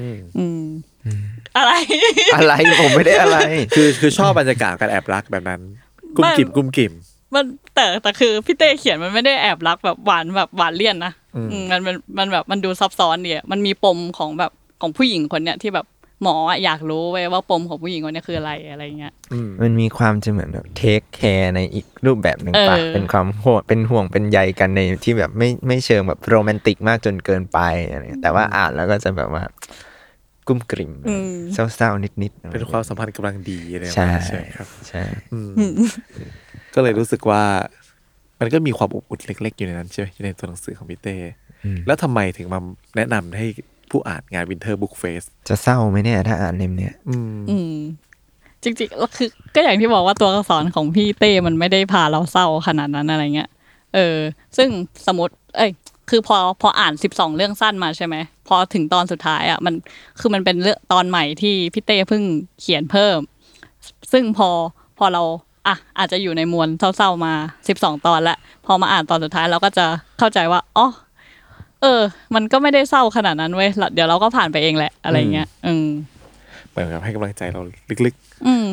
อะไรผมไม่ได้อะไรคือชอบบรรยากาศการแอบรักแบบนั้นกุ้มกิ่มมันแต่คือพี่เต้เขียนมันไม่ได้แอบรักแบบหวานเลี่ยนนะมันแบบมันดูซับซ้อนดีอ่ะมันมีปมของแบบของผู้หญิงคนเนี้ยที่แบบหมออยากรู้เว้ยว่าปมของผู้หญิงคนนี้คืออะไรเงี้ยมันมีความจะเหมือนแบบเทคแคร์ในอีกรูปแบบหนึ่งป่ะเป็นความเป็นห่วงเป็นใยกันในที่แบบไม่เชิงแบบโรแมนติกมากจนเกินไปอะไรแต่ว่าอ่านแล้วก็จะแบบว่ากุ้มกริ่มเศร้าๆนิดๆเป็นความสัมพันธ์กำลังดีอะไรใช่ครับใช่ก็เลยรู้สึกว่ามันก็มีความอบอุ่นเล็กๆอยู่ในนั้นใช่ไหมในตัวหนังสือของพี่เต้แล้วทำไมถึงมาแนะนำให้ผู้อ่านงาน Winter Book Fest จะเศร้าไหมเนี่ยถ้าอ่านเล่มเนี้ยจริงๆแล้วคือก็อย่างที่บอกว่าตัวอักษรของพี่เต้มันไม่ได้พาเราเศร้าขนาดนั้นอะไรเงี้ยซึ่งสมมติคือพออ่าน12เรื่องสั้นมาใช่ไหมพอถึงตอนสุดท้ายอ่ะมันเป็นเรื่องตอนใหม่ที่พี่เต้เพิ่งเขียนเพิ่มซึ่งพอเราอาจจะอยู่ในมวลเศร้าๆมา12ตอนแล้วพอมาอ่านตอนสุดท้ายเราก็จะเข้าใจว่ามันก็ไม่ได้เศร้าขนาดนั้นเว้ยเดี๋ยวเราก็ผ่านไปเองแหละอะไรเงี้ยเหมือนกับให้กำลังใจเราลึก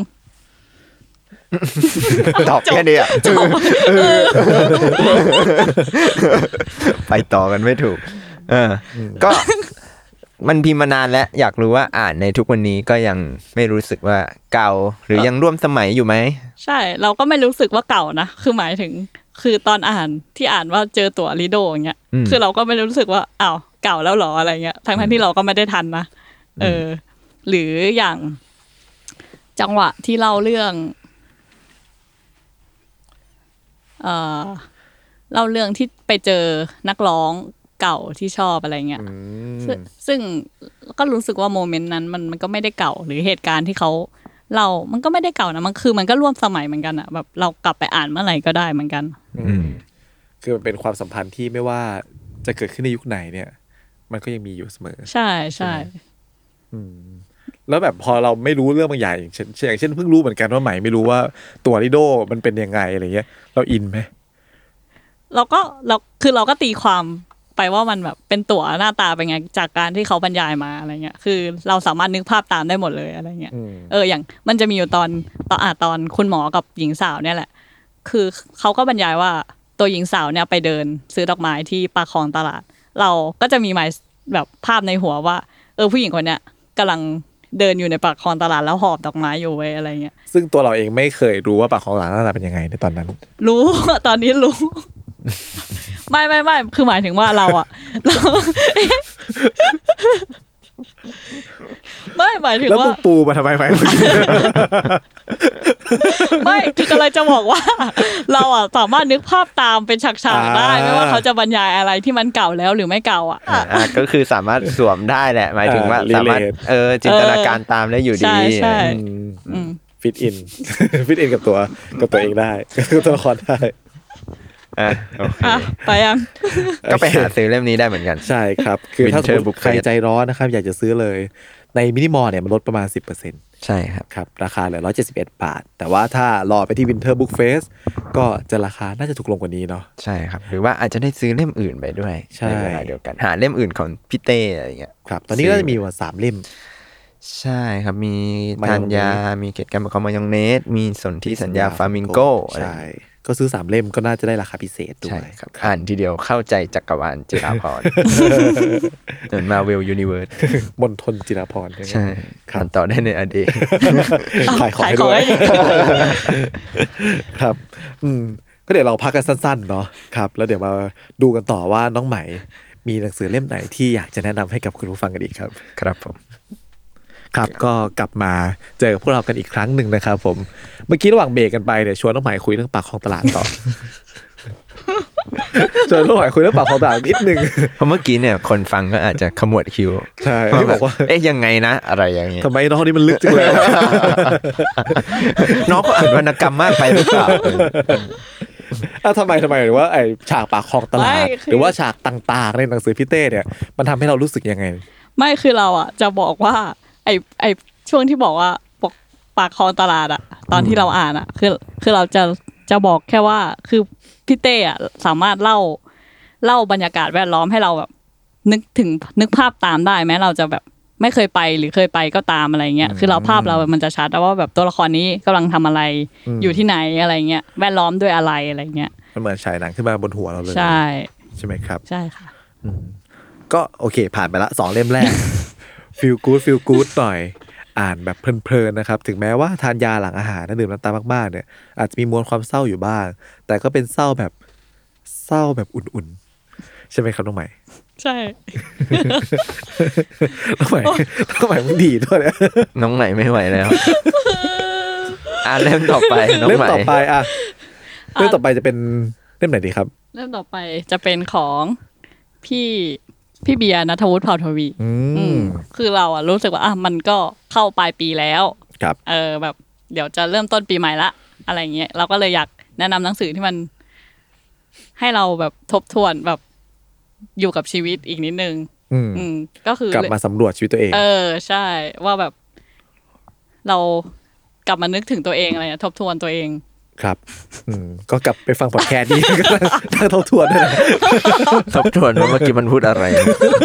ๆตอบแค่นี้ไปต่อกันไม่ถูกก็มันพิมพ์มานานแล้วอยากรู้ว่าอ่านในทุกวันนี้ก็ยังไม่รู้สึกว่าเก่าหรือยังร่วมสมัยอยู่ไหมใช่เราก็ไม่รู้สึกว่าเก่านะคือหมายถึงคือตอนอ่านที่อ่านว่าเจอตั๋วลิโดอย่างเงี้ยคือเราก็ไม่รู้สึกว่าอ้าวเก่าแล้วหรออะไรเงี้ยทั้งที่เราก็ไม่ได้ทันนะหรืออย่างจังหวะที่เล่าเรื่องที่ไปเจอนักร้องเก่าที่ชอบอะไรเงี้ยซึ่งก็รู้สึกว่าโมเมนต์นั้นมันก็ไม่ได้เก่าหรือเหตุการณ์ที่เขาเล่ามันก็ไม่ได้เก่านะมันก็ร่วมสมัยเหมือนกันอ่ะแบบเรากลับไปอ่านเมื่อไหร่ก็ได้เหมือนกันคือมันเป็นความสัมพันธ์ที่ไม่ว่าจะเกิดขึ้นในยุคไหนเนี่ยมันก็ยังมีอยู่เสมอใช่ใช่แล้วแบบพอเราไม่รู้เรื่องบางอย่างอย่างเช่นเพิ่งรู้เหมือนกันว่าใหม่ไม่รู้ว่าตัวลิโดมันเป็นยังไงอะไรเงี้ยเราอินไหมเราก็ตีความไปว่ามันแบบเป็นตั๋วหน้าตาเป็นไงจากการที่เขาบรรยายมาอะไรเงี้ยคือเราสามารถนึกภาพตามได้หมดเลยอะไรเงี้ยอย่างมันจะมีอยู่ตอนคุณหมอกับหญิงสาวเนี่ยแหละคือเขาก็บรรยายว่าตัวหญิงสาวเนี่ยไปเดินซื้อดอกไม้ที่ปากคลองตลาดเราก็จะมีหมายแบบภาพในหัวว่าผู้หญิงคนเนี้ยกำลังเดินอยู่ในปากคลองตลาดแล้วหอบดอกไม้อยู่ไว้อะไรเงี้ยซึ่งตัวเราเองไม่เคยรู้ว่าปากคลองตลาดหน้าตาเป็นยังไงในตอนนั้นรู้ตอนนี้รู้ไม่คือหมายถึงว่าเราไม่หมายถึงว่าแล้วมึงปูมาทำไมไม่คือกำลังจะบอกว่าเราสามารถนึกภาพตามเป็นฉากๆได้ไม่ว่าเขาจะบรรยายอะไรที่มันเก่าแล้วหรือไม่เก่าก็คือสามารถสวมได้แหละหมายถึงว่าสามารถจินตนาการตามได้อยู่ดีใช่ฟิตอินกับตัวเองได้กับตัวละครได้ไปยังก็ไปหาซื้อเล่มนี้ได้เหมือนกันใช่ครับคือถ้าใครใจร้อนนะครับอยากจะซื้อเลยในมินิมอลเนี่ยมันลดประมาณ 10% ใช่ครับครับราคาเหลือ171 บาทแต่ว่าถ้ารอไปที่ Winter Book Fest ก็จะราคาน่าจะถูกลงกว่านี้เนาะใช่ครับหรือว่าอาจจะได้ซื้อเล่มอื่นไปด้วยในเวลาเดียวกันหาเล่มอื่นของพี่เต้อะไรเงี้ยครับตอนนี้ก็จะมีว่า3เล่มใช่ครับมีธัญญามีเกตการประคองมายองเนสมีสนธิสัญญาฟลามิงโกใช่ก็ซื้อ3เล่มก็น่าจะได้ราคาพิเศษด้วยครับอ่านทีเดียวเข้าใจจักรวาลจิราภรณ์เหมือน Marvel Universe มณฑลจิราภรณ์ใช่อ่านต่อได้ในอดีตขายของให้ด้วยครับก็เดี๋ยวเราพักกันสั้นๆเนาะครับแล้วเดี๋ยวมาดูกันต่อว่าน้องใหม่มีหนังสือเล่มไหนที่อยากจะแนะนำให้กับคุณผู้ฟังกันอีกครับครับผมครับก็กลับมาเจอพวกเรากันอีกครั้งหนึ่งนะครับผมเมื่อกี้ระหว่างเบรกกันไปเนี่ยชวนน้องใหม่คุยเรื่องปากคลองตลาดต่อชวนน้องใหม่คุยเรื่องปากคลองตลาดนิดนึงเพราะเมื่อกี้เนี่ยคนฟังก็อาจจะขมวดคิ้วใช่ที่บอกว่ายังไงนะอะไรอย่างเงี้ยทำไมน้องนี่มันลึกจังเลยน้องก็อ่านวรรณกรรมมากไปหรือเปล่าทำไมหรือว่าไอ้ฉากปากคลองตลาดหรือว่าฉากต่างๆในหนังสือพี่เต้เนี่ยมันทำให้เรารู้สึกยังไงไม่คือเราจะบอกว่าไอช่วงที่บอกว่าปากคลองตลาดตอนที่เราอ่านคือเราจะบอกแค่ว่าคือพี่เต้สามารถเล่าบรรยากาศแวดล้อมให้เราแบบนึกภาพตามได้แม้เราจะแบบไม่เคยไปหรือเคยไปก็ตามอะไรเงี้ยคือภาพเรามันจะชัดว่าแบบตัวละครนี้กำลังทำอะไรอยู่ที่ไหนอะไรเงี้ยแวดล้อมด้วยอะไรเงี้ยมันเหมือนฉายหนังขึ้นมาบนหัวเราเลยใช่ไหมครับใช่ค่ะก็โอเคผ่านไปละ2เล่มแรก ฟีลกู๊ดหน่อยอ่านแบบเพลินๆนะครับถึงแม้ว่าทานยาหลังอาหารดื่มน้ำตาลมากๆเนี่ยอาจจะมีมวลความเศร้าอยู่บ้างแต่ก็เป็นเศร้าแบบอุ่นๆใช่ไหมครับน้องใหม่ใช่น้องใหม่มึงดีด้วยเนี่ยน้องใหม่ไม่ไหวแล้วเล่มต่อไปน้องเล่มใหม่ต่อไปเล่มต่อไปจะเป็นเล่มไหนดีครับเริ่มต่อไปจะเป็นของพี่เบียร์ณัฐวุฒิเผ่าทวีคือเรารู้สึกว่ามันก็เข้าปลายปีแล้วครับแบบเดี๋ยวจะเริ่มต้นปีใหม่ละอะไรเงี้ยเราก็เลยอยากแนะนำหนังสือที่มันให้เราแบบทบทวนแบบอยู่กับชีวิตอีกนิดนึงก็คือกลับมาสำรวจชีวิตตัวเองใช่ว่าแบบเรากลับมานึกถึงตัวเองอะไรทบทวนตัวเองครับก็กลับไปฟังพอดแคสต์นี้ก็ตั้งทบทวนด้วยนะทบทวนว่าเมื่อกี้มันพูดอะไร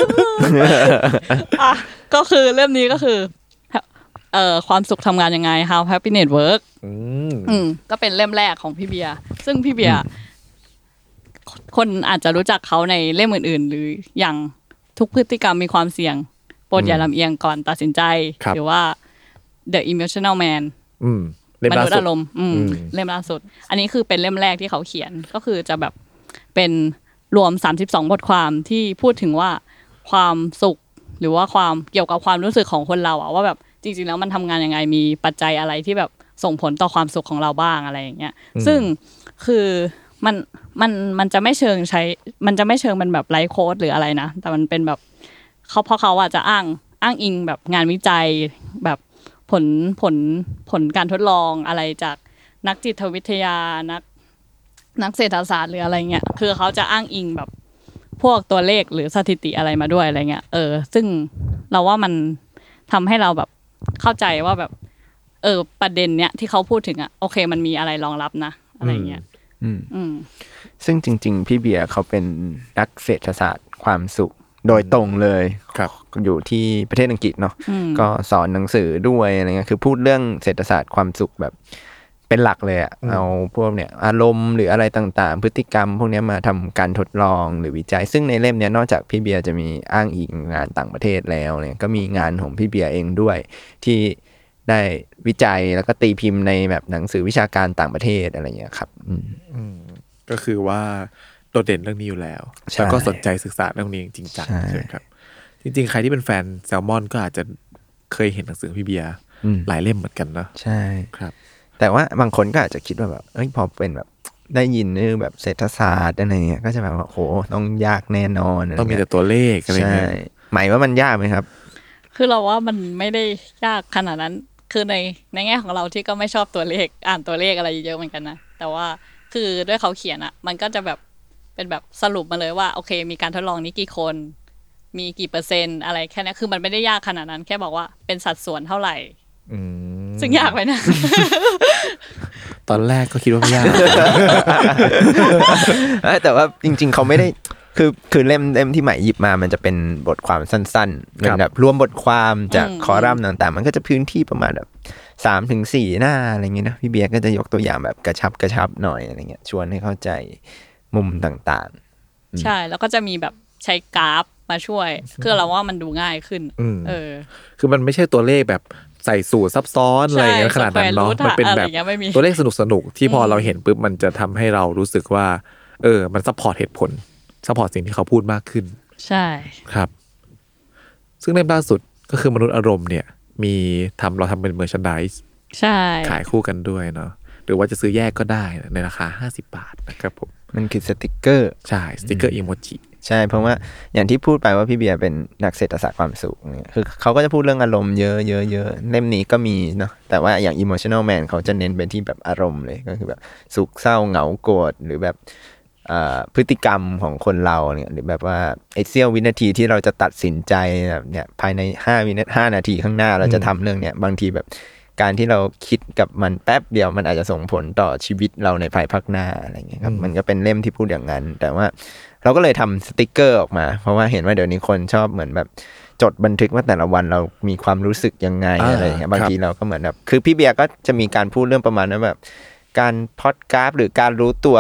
ก็คือเล่มนี้ก็คือความสุขทำงานยังไง How Happiness Work ก็เป็นเล่มแรกของพี่เบียร์ซึ่งพี่เบียร์คนอาจจะรู้จักเขาในเล่มอื่นๆหรืออย่างทุกพฤติกรรมมีความเสี่ยงโปรดอย่าลำเอียงก่อนตัดสินใจหรือว่า The Emotional Manมนุษย์อารมณ์เล่มล่าสุดอันนี้คือเป็นเล่มแรกที่เขาเขียนก็คือจะแบบเป็นรวม32บทความที่พูดถึงว่าความสุขหรือว่าความเกี่ยวกับความรู้สึกของคนเราว่าแบบจริงๆแล้วมันทำงานยังไงมีปัจจัยอะไรที่แบบส่งผลต่อความสุขของเราบ้างอะไรอย่างเงี้ยซึ่งคือมันจะไม่เชิงใช้มันจะไม่เชิงเป็นแบบไลฟ์โค้ดหรืออะไรนะแต่มันเป็นแบบเพราะเขาจะอ้างอิงแบบงานวิจัยแบบผลการทดลองอะไรจากนักจิตวิทยานักเศรษฐศาสตร์หรืออะไรเงี้ยคือเขาจะอ้างอิงแบบพวกตัวเลขหรือสถิติอะไรมาด้วยอะไรเงี้ยซึ่งเราว่ามันทำให้เราแบบเข้าใจว่าแบบประเด็นเนี้ยที่เขาพูดถึงโอเคมันมีอะไรรองรับนะอะไรเงี้ยซึ่งจริงๆพี่เบียร์เขาเป็นนักเศรษฐศาสตร์ความสุขโดยตรงเลยอยู่ที่ประเทศอังกฤษเนาะก็สอนหนังสือด้วยอะไรเงี้ยคือพูดเรื่องเศรษฐศาสตร์ความสุขแบบเป็นหลักเลยเอาพวกเนี่ยอารมณ์หรืออะไรต่างๆพฤติกรรมพวกนี้มาทำการทดลองหรือวิจัยซึ่งในเล่มนี้นอกจากพี่เบียร์จะมีอ้างอิงงานต่างประเทศแล้วเนี่ยก็มีงานของพี่เบียร์เองด้วยที่ได้วิจัยแล้วก็ตีพิมพ์ในแบบหนังสือวิชาการต่างประเทศอะไรเงี้ยครับก็คือว่าโดดเด่นเรื่องนี้อยู่แล้วแล้วก็สนใจศึกษาเรื่องนี้จริงจังใช่ครับจริงๆใครที่เป็นแฟนแซลมอนก็อาจจะเคยเห็นหนังสือพี่เบียร์หลายเล่มเหมือนกันเนาะใช่ครับแต่ว่าบางคนก็อาจจะคิดว่าแบบพอเป็นแบบได้ยินแบบเศรษฐศาสตร์อะไรเงี้ยก็จะแบบว่าโหต้องยากแน่นอนต้องมีแต่ตัวเลขอะไรเงี้ยหมายว่ามันยากไหมครับคือเราว่ามันไม่ได้ยากขนาดนั้นคือในแง่ของเราที่ก็ไม่ชอบตัวเลขอ่านตัวเลขอะไรเยอะเหมือนกันนะแต่ว่าคือด้วยเขาเขียนมันก็จะแบบเป็นแบบสรุปมาเลยว่าโอเคมีการทดลองนี้กี่คนมีกี่เปอร์เซ็นต์อะไรแค่นี้คือมันไม่ได้ยากขนาดนั้นแค่บอกว่าเป็นสัดส่วนเท่าไหร่ซึ่งยากไปนะตอนแรกก็คิดว่าไม่ยากแต่ว่าจริงๆเขาไม่ได้คือเล่มที่ใหม่หยิบมามันจะเป็นบทความสั้นๆเป็นแบบรวมบทความจากคอลัมน์ต่างๆมันก็จะพื้นที่ประมาณแบบ 3-4 หน้าอะไรเงี้ยนะพี่เบียร์ก็จะยกตัวอย่างแบบกระชับหน่อยอะไรเงี้ยชวนให้เข้าใจมุมต่างๆใช่แล้วก็จะมีแบบใช้กราฟมาช่วยคือเราว่ามันดูง่ายขึ้นคือมันไม่ใช่ตัวเลขแบบใส่สูตรซับซ้อนอะไรอย่างเงี้ยขนาดนั้นเนาะมันเป็นแบบตัวเลขสนุกที่พอเราเห็นปุ๊บมันจะทำให้เรารู้สึกว่ามันซัพพอร์ตเหตุผลซัพพอร์ตสิ่งที่เขาพูดมากขึ้นใช่ครับซึ่งเล่มล่าสุดก็คือมนุษย์อารมณ์เนี่ยมีเราทำเป็นเมอร์แชนไดส์ใช่ขายคู่กันด้วยเนาะหรือว่าจะซื้อแยกก็ได้ในราคา50 บาทนะครับผมมันคือสติกเกอร์ใช่สติกเกอร์อีโมจิใช่เพราะว่าอย่างที่พูดไปว่าพี่เบียร์เป็นนักเศรษฐศาสตร์ความสุขเนี่ยคือเขาก็จะพูดเรื่องอารมณ์เยอะเล่มนี้ก็มีเนาะแต่ว่าอย่าง Emotional Man เขาจะเน้นไปที่แบบอารมณ์เลยก็คือแบบสุขเศร้าเหงาโกรธหรือแบบพฤติกรรมของคนเราเนี่ยหรือแบบว่าไอ้เสี้ยววินาทีที่เราจะตัดสินใจแบบเนี่ยภายใน5 นาทีข้างหน้าเราจะทำเรื่องเนี้ยบางทีแบบการที่เราคิดกับมันแป๊บเดียวมันอาจจะส่งผลต่อชีวิตเราในภายภาคหน้าอะไรเงี้ยครับมันก็เป็นเล่มที่พูดอย่างนั้นแต่ว่าเราก็เลยทำสติกเกอร์ออกมาเพราะว่าเห็นว่าเดี๋ยวนี้คนชอบเหมือนแบบจดบันทึกว่าแต่ละวันเรามีความรู้สึกยังไงอะไรเงี้ยบางทีเราก็เหมือนแบบคือพี่เบียร์ก็จะมีการพูดเรื่องประมาณนั้นแบบการพอดคาสต์หรือการรู้ตัว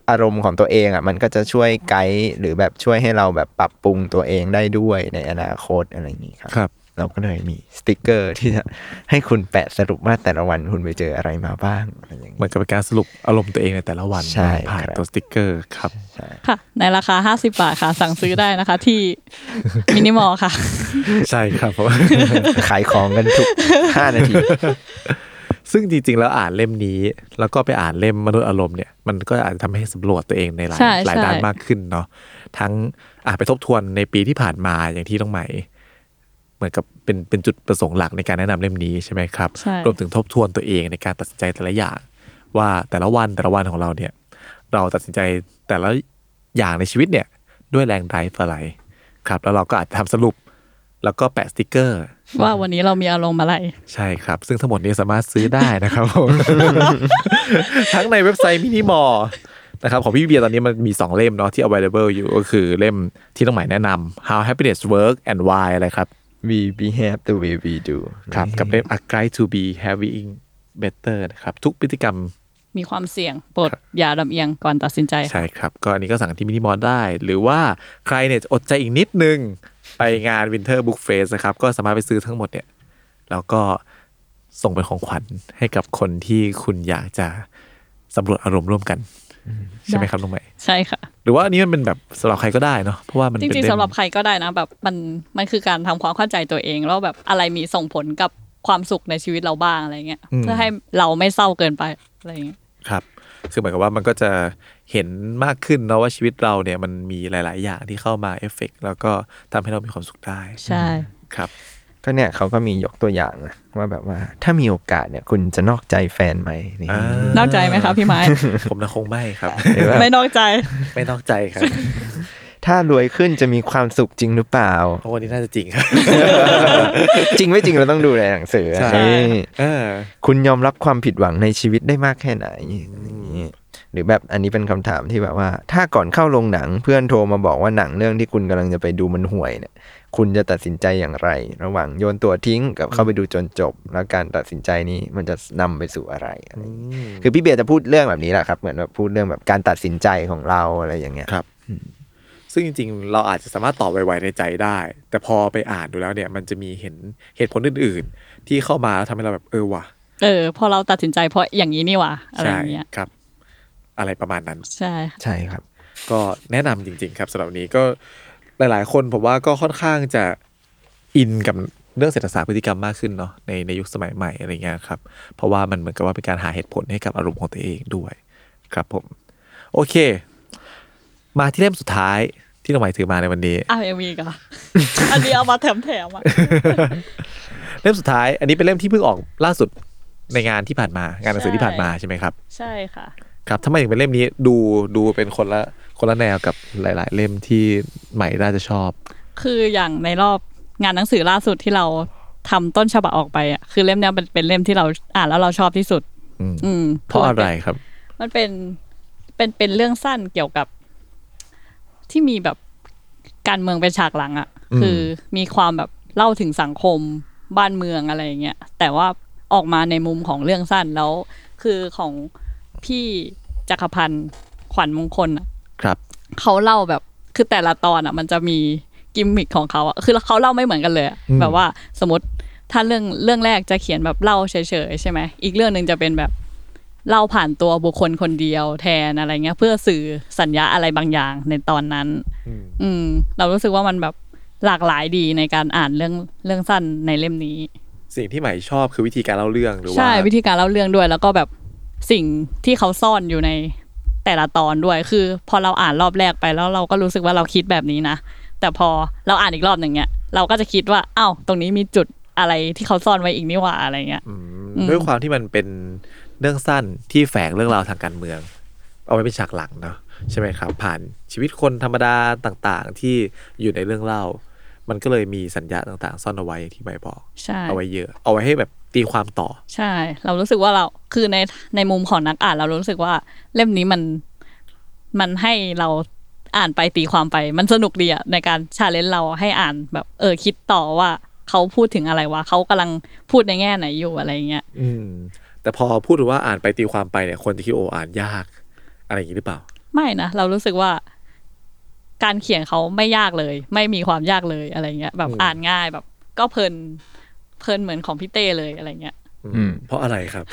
อารมณ์ของตัวเองอ่ะมันก็จะช่วยไกด์หรือแบบช่วยให้เราแบบปรับปรุงตัวเองได้ด้วยในอนาคตอะไรอย่างนี้ครับครับเราก็เลยมีสติกเกอร์ที่จะให้คุณแปะสรุปว่าแต่ละวันคุณไปเจออะไรมาบ้างอะไรอย่างเหมืนี้อนกับเป็นการสรุปอารมณ์ตัวเองในแต่ละวันใช่ผ่านครับตัวสติ๊กเกอร์ครับใช่ค่ะ ในราคา50 บาทค่ะ สั่งซื้อได้นะคะ ที่มินิมอลค่ะใช่ครับเพราะขายของกันทุก 5 นาทีซึ่งจริงๆแล้วอ่านเล่มนี้ แล้วก็ไปอ่านเล่มมนุษย์อารมณ์เนี่ยมันก็อาจจะทำให้สำรวจตัวเองในหลายใช่หลายใช่ด้านมากขึ้นเนาะทั้งไปทบทวนในปีที่ผ่านมาอย่างที่น้องใหม่เหมือนกับเป็นจุดประสงค์หลักในการแนะนำเล่มนี้ใช่ไหมครับใช่รวมถึงทบทวนตัวเองในการตัดสินใจแต่ละอย่าง ว่าแต่ละวันของเราเนี่ยเราตัดสินใจแต่ละอย่างในชีวิตเนี่ยด้วยแรงไดรฟ์อะไรครับแล้วเราก็อาจจะทำสรุปแล้วก็แปะสติกเกอร์ว่าวันนี้เรามีอารมณ์อะไรใช่ครับ ซึ่งทั้งหมดนี้สามารถซื้อได้นะครับผม ทั้งในเว็บไซต์มินิมอลนะครับของพี่เบียร์ตอนนี้มันมี2เล่มเนาะที่ available อยู่ก็คือเล่มที่ต้องหมายแนะนำ How Happiness Work and Why อะไรครับ we behave the way we do ครับกับเล่ม A Guide to Be Having Better นะครับทุกพฤติกรรมมีความเสี่ยงโปรดอย่าลำเอียงก่อนตัดสินใจใช่ครับก็อันนี้ก็สั่งที่มินิมอลได้ หรือว่าใครเนี่ยอดใจอีกนิดนึงไปงาน Winter Book Fest นะครับก็สามารถไปซื้อทั้งหมดเนี่ยแล้วก็ส่งเป็นของขวัญให้กับคนที่คุณอยากจะสำรวจอารมณ์ร่วมกันใช่ไหมครับน้องใหม่ใช่ค่ะหรือว่าอันนี้มันเป็นแบบสำหรับใครก็ได้เนาะเพราะว่ามันจเป็นริงๆเล่มสำหรับใครก็ได้นะแบบมันคือการทำความเข้าใจตัวเองแล้วแบบอะไรมีส่งผลกับความสุขในชีวิตเราบ้างอะไรเงี้ยเพื่อให้เราไม่เศร้าเกินไปอะไรเงี้ยครับคือหมายความว่ามันก็จะเห็นมากขึ้นเนาะว่าชีวิตเราเนี่ยมันมีหลาย ๆ อย่างที่เข้ามาเอฟเฟกต์แล้วก็ทำให้เรามีความสุขได้ใช่ครับก็เนี่ยเขาก็มียกตัวอย่างนะว่าแบบว่าถ้ามีโอกาสเนี่ยคุณจะนอกใจแฟนไหมนี่นอกใจไหมคะพี่ไม้ผมนะคงไม่ครับหรือว่าไม่นอกใจไม่นอกใจครับถ้ารวยขึ้นจะมีความสุขจริงหรือเปล่าเพราะวันนี้น่าจะจริงครับจริงไม่จริงเราต้องดูในหนังสือใช่นี่เออคุณยอมรับความผิดหวังในชีวิตได้มากแค่ไหนอย่างนี้หรือแบบอันนี้เป็นคำถามที่แบบว่า ถ้าก่อนเข้าโรงหนังเพื่อนโทรมาบอกว่าหนังเรื่องที่คุณกำลังจะไปดูมันห่วยเนี่ยคุณจะตัดสินใจอย่างไร ระหว่างโยนตัวทิ้งกับเข้าไปดูจนจบ แล้วการตัดสินใจนี้มันจะนำไปสู่อะไรอะไรอย่างนี้คือพี่เบียร์จะพูดเรื่องแบบนี้แหละครับเหมือนแบบพูดเรื่องแบบการตัดสินใจของเราอะไรอย่างเงี้ยครับซึ่งจริงๆ เราอาจจะสามารถตอบไวๆในใจได้ แต่พอไปอ่านดูแล้วเนี่ยมันจะมีเห็นเหตุผลอื่นๆ ที่เข้ามาแล้วทำให้เราแบบว่ะพอเราตัดสินใจเพราะอย่างนี้นี่หว่าอะไรใช่อย่างเงี้ยครับ อะไรประมาณนั้นใช่ใช่ครับก็แนะนำจริงๆครับสำหรับวันนี้ก็หลายๆ คนผมว่าก็ค่อนข้างจะอินกับเรื่องเศรษฐศาสตร์พฤติกรรมมากขึ้นเนาะในยุคสมัยใหม่อะไรเงี้ยครับเพราะว่ามันเหมือนกับว่าเป็นการหาเหตุผลให้กับอารมณ์ของตัวเองด้วยครับผมโอเค มาที่เล่มสุดท้ายที่น้องใหม่ถือมาในวันนี้ยังมีอีกัน อันนี้เอามาแถมๆอ่ะเล่มสุดท้ายอันนี้เป็นเล่มที่เพิ่งออกล่าสุดในงานที่ผ่านมางานหนังสือที่ผ่านมาใช่ไหมครับใช่ค่ะครับทำไมถึงเป็นเล่มนี้ดูเป็นคนละแนวกับหลาย ๆ เล่มที่ใหม่น่าจะชอบคืออย่างในรอบงานหนังสือล่าสุดที่เราทำต้นฉบับออกไปอ่ะคือเล่มเนี้ยเป็นเล่มที่เราอ่านแล้วเราชอบที่สุดเพราะอะไรครับมันเป็นเรื่องสั้นเกี่ยวกับที่มีแบบการเมืองเป็นฉากหลังอ่ะคือมีความแบบเล่าถึงสังคมบ้านเมืองอะไรอย่างเงี้ยแต่ว่าออกมาในมุมของเรื่องสั้นแล้วคือของพี่จักรพันธ์ขวัญมงคลอ่ะครับเขาเล่าแบบคือแต่ละตอนอ่ะมันจะมีกิมมิคของเขาอ่ะคือเขาเล่าไม่เหมือนกันเลยแบบว่าสมมติถ้าเรื่องแรกจะเขียนแบบเล่าเฉยๆใช่ไหมอีกเรื่องนึงจะเป็นแบบเล่าผ่านตัวบุคคลคนเดียวแทนอะไรเงี้ยเพื่อสื่อสัญญาอะไรบางอย่างในตอนนั้นเรารู้สึกว่ามันแบบหลากหลายดีในการอ่านเรื่องสั้นในเล่มนี้สิ่งที่ใหม่ชอบคือวิธีการเล่าเรื่องหรือว่าใช่วิธีการเล่าเรื่องด้วยแล้วก็แบบสิ่งที่เขาซ่อนอยู่ในแต่ละตอนด้วยคือพอเราอ่านรอบแรกไปแล้วเราก็รู้สึกว่าเราคิดแบบนี้นะแต่พอเราอ่านอีกรอบหนึ่งเนี่ยเราก็จะคิดว่าอ้าวตรงนี้มีจุดอะไรที่เขาซ่อนไว้อีกนี่หว่าอะไรเงี้ยด้วยความที่มันเป็นเรื่องสั้นที่แฝงเรื่องราวทางการเมืองเอาไว้เป็นฉากหลังเนาะใช่ไหมครับผ่านชีวิตคนธรรมดาต่างๆที่อยู่ในเรื่องเล่ามันก็เลยมีสัญญาต่างๆซ่อนเอาไว้อย่างที่ใบบอกเอาไว้เยอะเอาไว้ให้แบบตีความต่อใช่เรารู้สึกว่าเราคือในมุมของนักอ่านเรารู้สึกว่าเล่มนี้มันให้เราอ่านไปตีความไปมันสนุกดีอะในการชาเลนจ์เราให้อ่านแบบคิดต่อว่าเขาพูดถึงอะไรวะเขากำลังพูดในแง่ไหนอยู่อะไรเงี้ยแต่พอพูดถึงว่าอ่านไปตีความไปเนี่ยคนจะคิดโออ่านยากอะไรอย่างนี้หรือเปล่าไม่นะเรารู้สึกว่าการเขียนเขาไม่ยากเลยไม่มีความยากเลยอะไรเงี้ยแบบอ่านง่ายแบบก็เพลินเหมือนของพี่เต้เลยอะไรเงี้ยเพราะอะไรครับ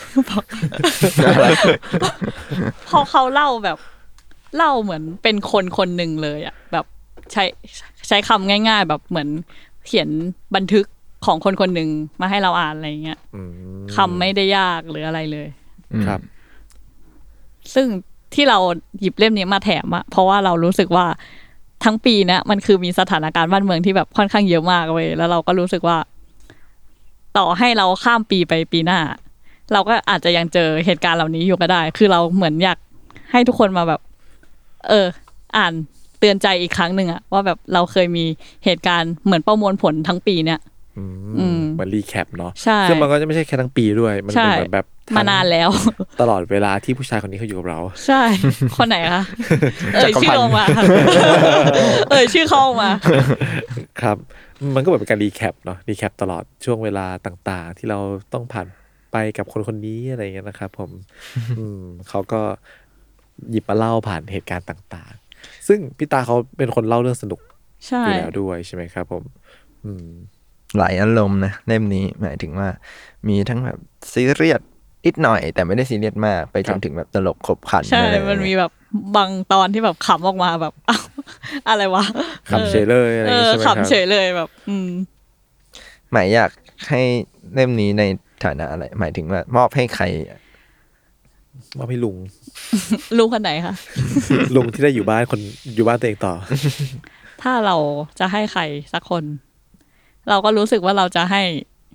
พอเขาเล่าแบบเล่าเหมือนเป็นคนคนหนึ่งเลยอ่ะแบบใช้คำง่ายๆแบบเหมือนเขียนบันทึกของคนคนหนึ่งมาให้เราอ่านอะไรเงี้ยคำไม่ได้ยากหรืออะไรเลยครับซึ่งที่เราหยิบเล่มนี้มาแถมอะเพราะว่าเรารู้สึกว่าทั้งปีนะมันคือมีสถานการณ์บ้านเมืองที่แบบค่อนข้างเยอะมากเว้ยแล้วเราก็รู้สึกว่าต่อให้เราข้ามปีไปปีหน้าเราก็อาจจะยังเจอเหตุการณ์เหล่านี้อยู่ก็ได้คือเราเหมือนอยากให้ทุกคนมาแบบอ่านเตือนใจอีกครั้งหนึ่งอะว่าแบบเราเคยมีเหตุการณ์เหมือนประมวลผลทั้งปีเนี่ยเหมือนรีแคปเนาะซึ่งมันก็จะไม่ใช่แค่ทั้งปีด้วยมันเป็นเหมือนแบบมานานแล้วตลอดเวลาที่ผู้ชายคนนี้เขาอยู่กับเราใช่คนไหนคะชื่อออกมาชื่อเข้ามาครับมันก็เหมือนเป็นการรีแคปเนาะรีแคปตลอดช่วงเวลาต่างๆที่เราต้องผ่านไปกับคนคนนี้อะไรอย่างเงี้ยนะครับผมเขาก็หยิบมาเล่าผ่านเหตุการณ์ต่างๆซึ่งพี่ตาเขาเป็นคนเล่าเรื่องสนุกอยู่แล้วด้วยใช่ไหมครับผมหลายอารมณ์นะเล่มนี้หมายถึงว่ามีทั้งแบบซีเรียสนิดหน่อยแต่ไม่ได้ซีเรียสมากไปจนถึงแบบตลกขบขันใช่มันมีแบบบางตอนที่แบบขำออกมาแบบอะไรวะขำเฉยเลยอะไรใช่ไหมครับขำเฉยเลยแบบหมายอยากให้เล่มนี้ในฐานะอะไรหมายถึงว่ามอบให้ใครมอบให้ลุงคนไหนคะลุงที่ได้อยู่บ้านตัวเองต่อถ้าเราจะให้ใครสักคนเราก็รู้สึกว่าเราจะให้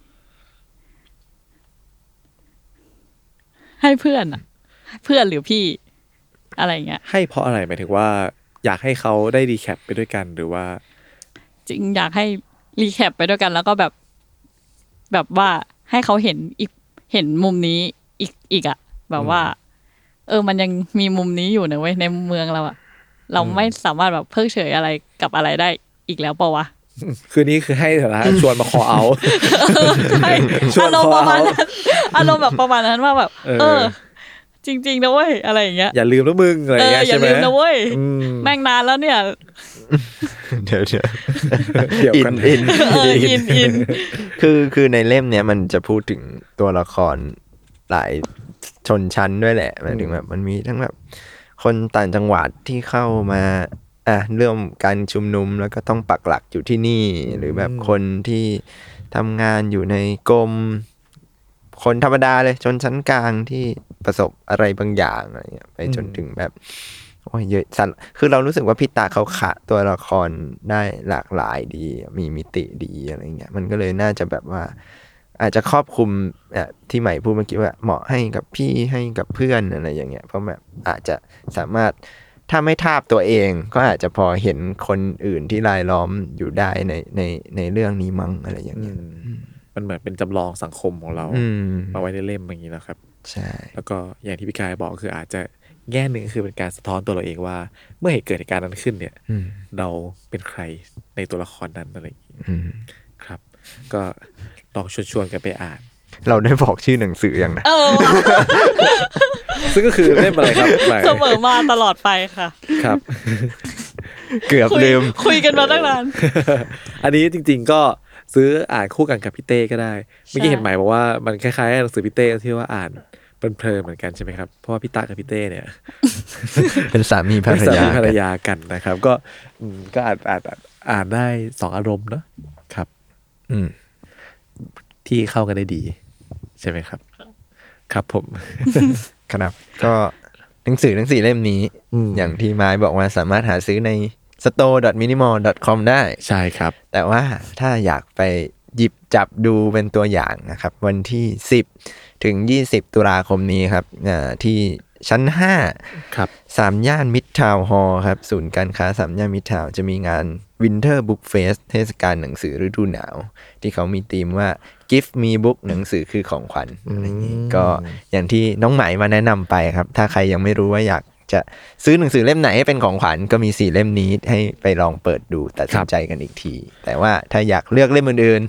เพื่อนเพื่อนหรือพี่อะไรเงี้ยให้เพราะอะไรหมายถึงว่าอยากให้เขาได้รีแคปไปด้วยกันหรือว่าจริงอยากให้รีแคปไปด้วยกันแล้วก็แบบว่าให้เขาเห็นมุมนี้อีกอ่ะแบบว่ามันยังมีมุมนี้อยู่นะเว้ยในเมืองเราอ่ะเราไม่สามารถแบบเพิกเฉยอะไรกับอะไรได้อีกแล้วเปล่าวะคือนี่คือให้แต่ละชวนมาคอเอาอารมณ์ประมาณนั้นอารมณ์แบบประมาณนั้นว่าแบบจริงๆนะเว้ยอะไรอย่างเงี้ยอย่าลืมนะมึงอะไรอย่างเงี้ยใช่ไหมอย่าลืมนะเว้ยแม่งนานแล้วเนี่ยเดี๋ยวอินคือในเล่มเนี้ยมันจะพูดถึงตัวละครหลายชนชั้นด้วยแหละหมายถึงแบบมันมีทั้งแบบคนต่างจังหวัดที่เข้ามาเรื่องการชุมนุมแล้วก็ต้องปักหลักอยู่ที่นี่หรือแบบคนที่ทำงานอยู่ในกรมคนธรรมดาเลยชนชั้นกลางที่ประสบอะไรบางอย่างอะไรเงี้ยไปจนถึงแบบโอ้ยเยอะสันคือเรารู้สึกว่าพี่ตาเขาขะตัวละครได้หลากหลายดีมีมิติดีอะไรเงี้ยมันก็เลยน่าจะแบบว่าอาจจะครอบคลุมที่ใหม่พูดเมื่อกี้ว่าเหมาะให้กับพี่ให้กับเพื่อนอะไรอย่างเงี้ยเพราะแบบอาจจะสามารถถ้าไม่ทาบตัวเองก็อาจจะพอเห็นคนอื่นที่รายล้อมอยู่ได้ในเรื่องนี้มั้งอะไรอย่างเงี้ยมันเหมือนเป็นจำลองสังคมของเรามาไว้ในเล่มอย่างนี้นะครับใช่แล้วก็อย่างที่พี่กายบอกคืออาจจะแง่หนึ่งคือเป็นการสะท้อนตัวเราเองว่าเมื่อเกิดเหตุการณ์นั้นขึ้นเนี่ยเราเป็นใครในตัวละครนั้นอะไรอย่างนี้ครับก็ลองชวนกันไปอ่านเราได้บอกชื่อหนังสืออย่างนะซึ่งก็คือเล่มอะไรครับเสมอมาตลอดไปค่ะครับเกือบลืมคุยกันมาตั้งนานอันนี้จริงๆก็ซื้ออ่านคู่กันกับพี่เต้ก็ได้เมื่อกี้เห็นหมายบอกว่ามันคล้ายๆหนังสือพี่เต้ที่ว่าอ่านเพลินๆเหมือนกันใช่ไหมครับเพราะว่าพี่ตากับพี่เต้เนี่ยเป็นสามีภรรยากันนะครับก็อ่านได้สองอารมณ์เนาะครับที่เข้ากันได้ดีใช่ไหมครับครับผมครับก็หนังสือทั้ง4เล่มนี้อย่างที่ไม้บอกว่าสามารถหาซื้อใน store.minimal.com ได้ใช่ครับแต่ว่าถ้าอยากไปหยิบจับดูเป็นตัวอย่างนะครับวันที่10ถึง20ตุลาคมนี้ครับที่ชั้น5 ครับ 3ย่านมิตรทาวน์ฮอลล์ครับศูนย์การค้า3ย่านมิตรทาวน์จะมีงาน Winter Book Fest เทศกาลหนังสือฤดูหนาวที่เขามีธีมว่า Give me book หนังสือคือของขวัญอะไรอย่างนี้ก็อย่างที่น้องไหมมาแนะนำไปครับถ้าใครยังไม่รู้ว่าอยากจะซื้อหนังสือเล่มไหนให้เป็นของขวัญก็มี4เล่มนี้ให้ไปลองเปิดดูตัดสินใจกันอีกทีแต่ว่าถ้าอยากเลือกเล่มอื่น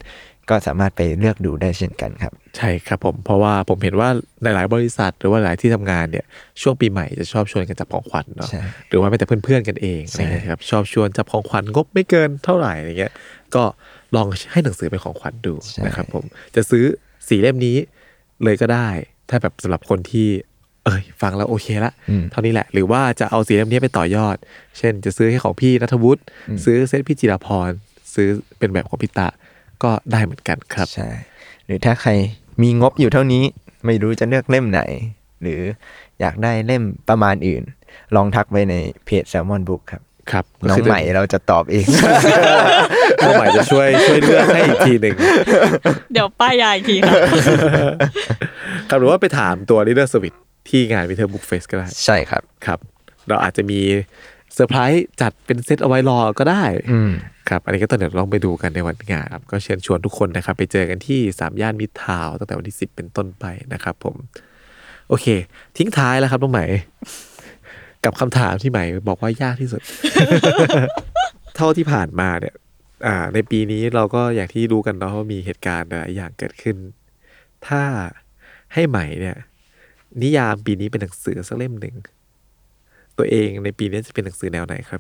ก็สามารถไปเลือกดูได้เช่นกันครับใช่ครับผมเพราะว่าผมเห็นว่าหลายๆบริษัทหรือว่าหลายที่ทำงานเนี่ยช่วงปีใหม่จะชอบชวนกันจับของขวัญเนาะหรือว่าไม่แต่เพื่อนๆกันเองอะไรเงี้ยครับชอบชวนจับของขวัญงบไม่เกินเท่าไหร่อะไรเงี้ยก็ลองให้หนังสือเป็นของขวัญดูนะครับผมจะซื้อ4 เล่มนี้เลยก็ได้ถ้าแบบสำหรับคนที่ฟังแล้วโอเคละเท่านี้แหละหรือว่าจะเอา4 เล่มนี้ไปต่อยอดเช่นจะซื้อให้ของพี่ณัฐวุฒิซื้อเซตพี่จิราพรซื้อเป็นแบบของพี่ตะก็ได้เหมือนกันครับใช่หรือถ้าใครมีงบอยู่เท่านี้ไม่รู้จะเลือกเล่มไหนหรืออยากได้เล่มประมาณอื่นลองทักไปในเพจ Salmon Book ครับครับน้องใหม่เราจะตอบเองน้องใหม่จะช่วยเลือกให้อีกทีนึงเดี๋ยวป้ายยาอีกทีครับครับหรือว่าไปถามตัว Reader Service ที่งาน Winter Book Fest ก็ได้ใช่ครับครับเราอาจจะมีเซอร์ไพรส์จัดเป็นเซตเอาไว้รอก็ได้ครับอันนี้ก็ต้องเดี๋ยวลองไปดูกันในวันงานครับก็เชิญชวนทุกคนนะครับไปเจอกันที่3 ย่านมิตรทาวน์ตั้งแต่วันที่10เป็นต้นไปนะครับผมโอเคทิ้งท้ายแล้วครับน้องใหม่กับคำถามที่ใหม่บอกว่ายากที่สุด เท่าที่ผ่านมาเนี่ยในปีนี้เราก็อย่างที่รู้กันเนาะว่ามีเหตุการณ์หลายอย่างเกิดขึ้นถ้าให้ใหม่เนี่ยนิยามปีนี้เป็นหนังสือสักเล่มหนึ่งตัวเองในปีนี้จะเป็นหนังสือแนวไหนครับ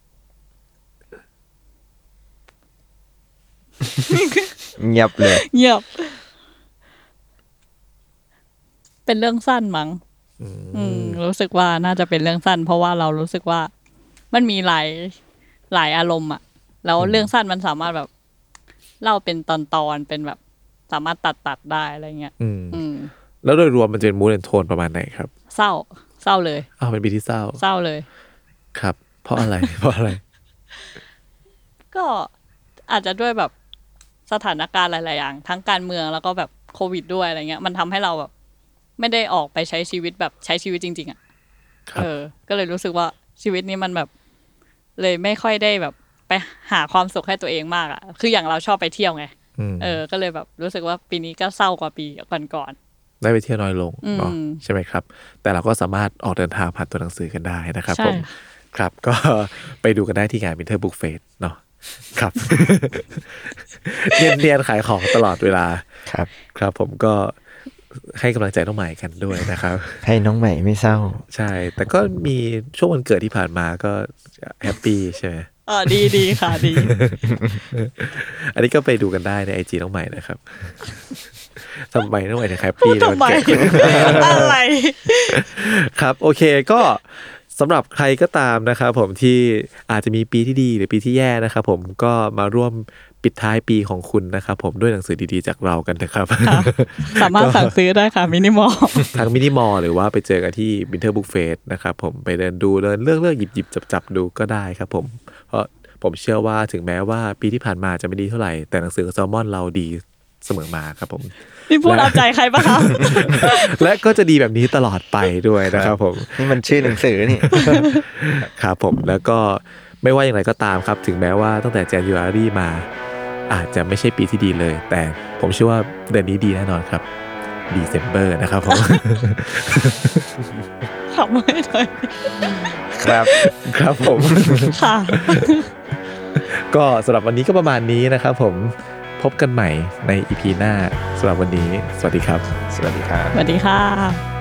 เงียบเลยเงียบเป็นเรื่องสั้นมั้งรู้สึกว่าน่าจะเป็นเรื่องสั้นเพราะว่าเรารู้สึกว่ามันมีหลายอารมณ์อ่ะแล้วเรื่องสั้นมันสามารถแบบเล่าเป็นตอนๆเป็นแบบสามารถตัดได้อะไรเงี้ยแล้วโดยรวมมันจะเป็นมูดแอนโทนประมาณไหนครับเศร้าเลยเป็นปีที่เศร้าเลยครับเพราะอะไรก็อาจจะด้วยแบบสถานการณ์หลายๆอย่างทั้งการเมืองแล้วก็แบบโควิดด้วยอะไรเงี้ยมันทำให้เราแบบไม่ได้ออกไปใช้ชีวิตแบบใช้ชีวิตจริงๆอ่ะก็เลยรู้สึกว่าชีวิตนี้มันแบบเลยไม่ค่อยได้แบบไปหาความสุขให้ตัวเองมากอ่ะคืออย่างเราชอบไปเที่ยวไงก็เลยแบบรู้สึกว่าปีนี้ก็เศร้ากว่าปีก่อนๆได้ไปเที่ยวน้อยลงเนาะใช่ไหมครับแต่เราก็สามารถออกเดินทางผ่านตัวหนังสือกันได้นะครับผมครับก็ไปดูกันได้ที่งาน Winter Book Fest เนาะครับ เนียนขายของตลอดเวลาครับผมก็ให้กำลังใจน้องใหม่กันด้วยนะครับให้น้องใหม่ไม่เศร้าใช่แต่ก็มีช่วงวันเกิดที่ผ่านมาก็แฮปปี้ใช่ไหมดีค่ะดีอันนี้ก็ไปดูกันได้ใน IG น้องใหม่นะครับทำไมน้องใหม่ถึงแฮปปี้ในวันเกิดอะไรครับโอเคก็สำหรับใครก็ตามนะครับผมที่อาจจะมีปีที่ดีหรือปีที่แย่นะครับผมก็มาร่วมปิดท้ายปีของคุณนะครับผมด้วยหนังสือดีๆจากเรากันนะครับสามารถสั่งซื้อได้ค่ะมินิมอลทั้งมินิมอลหรือว่าไปเจอกันที่ Winter Book Fest นะครับผมไปเดินดูเลือกหยิบจับดูก็ได้ครับผมเพราะผมเชื่อว่าถึงแม้ว่าปีที่ผ่านมาจะไม่ดีเท่าไหร่แต่หนังสือแซลมอนเราดีเสมอมาครับผมนี่พูดเอาใจใครป่ะครับและก็จะดีแบบนี้ตลอดไปด้วยนะครับผมนี่มันชื่อหนังสือนี่ครับผมแล้วก็ไม่ว่าอย่างไรก็ตามครับถึงแม้ว่าตั้งแต่ January มาอาจจะไม่ใช่ปีที่ดีเลยแต่ผมเชื่อว่าเดือนนี้ดีแน่นอนครับ December นะครับผมขำไม่เลยครับผมค่ะก็สำหรับวันนี้ก็ประมาณนี้นะครับผมพบกันใหม่ใน EP หน้าสำหรับวันนี้สวัสดีครับสวัสดีครับสวัสดีค่ะ